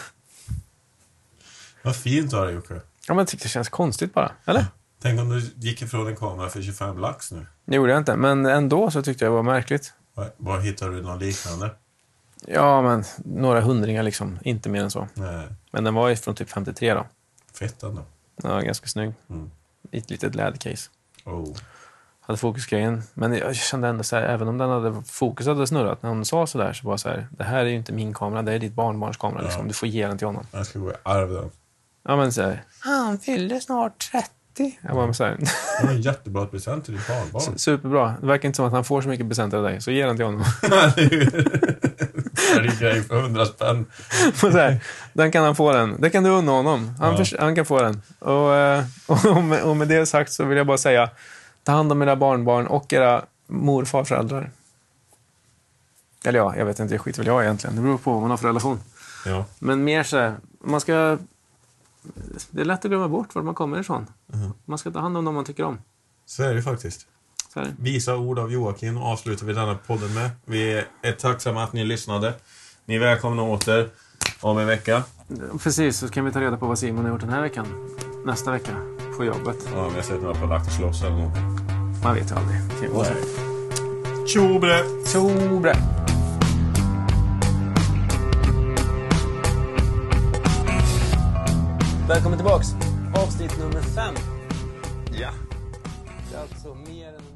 Vad fint du har det, Jocke. Ja, men jag tyckte det känns konstigt bara, eller? Tänk om du gick ifrån en kamera för tjugofem lax nu. Det gjorde jag inte, men ändå så tyckte jag det var märkligt. Var, var hittar du något liknande? Ja, men några hundringar liksom, inte mer än så. Nej. Men den var ju från typ femtiotre då. Fett ändå. Ja, ganska snygg. Mm. I ett litet lädercase. Oh. Hade fokusgrejen. Men jag kände ändå så här, även om den hade fokus hade snurrat, när hon sa så där så var så här, det här är ju inte min kamera, det är ditt barnbarns kamera. Ja. Liksom. Du får ge den till honom. Jag ska gå i arv den. Ja, men så här, han fyllde snart trettio. Jag var så här. Det var en jättebra present till ditt barnbarn. Superbra. Det verkar inte som att han får så mycket presenter av dig, så ge den till honom. Det är en grej för hundra spänn. Så här, den kan han få den. Det kan du unna honom. Han, Ja. förs- han kan få den. Och, eh, och, med, och med det sagt så vill jag bara säga, ta hand om era barnbarn och era morfarföräldrar. Eller ja, jag vet inte, jag skiter väl jag egentligen. Det beror på vad man har för relation. Ja. Men mer så här, man ska... Det är lätt att glömma bort var man kommer ifrån. Mm. Man ska ta hand om dem man tycker om. Så är det faktiskt. Så är det. Visa ord av Joakim och avslutar vi denna podden med. Vi är tacksamma att ni lyssnade. Ni är välkomna åter om en vecka. Precis, så kan vi ta reda på vad Simon har gjort den här veckan. Nästa vecka på jobbet. Ja, vi har sett några på Lakterslås eller någonting. Man vet ju aldrig. Tjobre! Tjobre! Välkommen tillbaks. Avsnitt nummer fem. Ja. Det är alltså mer än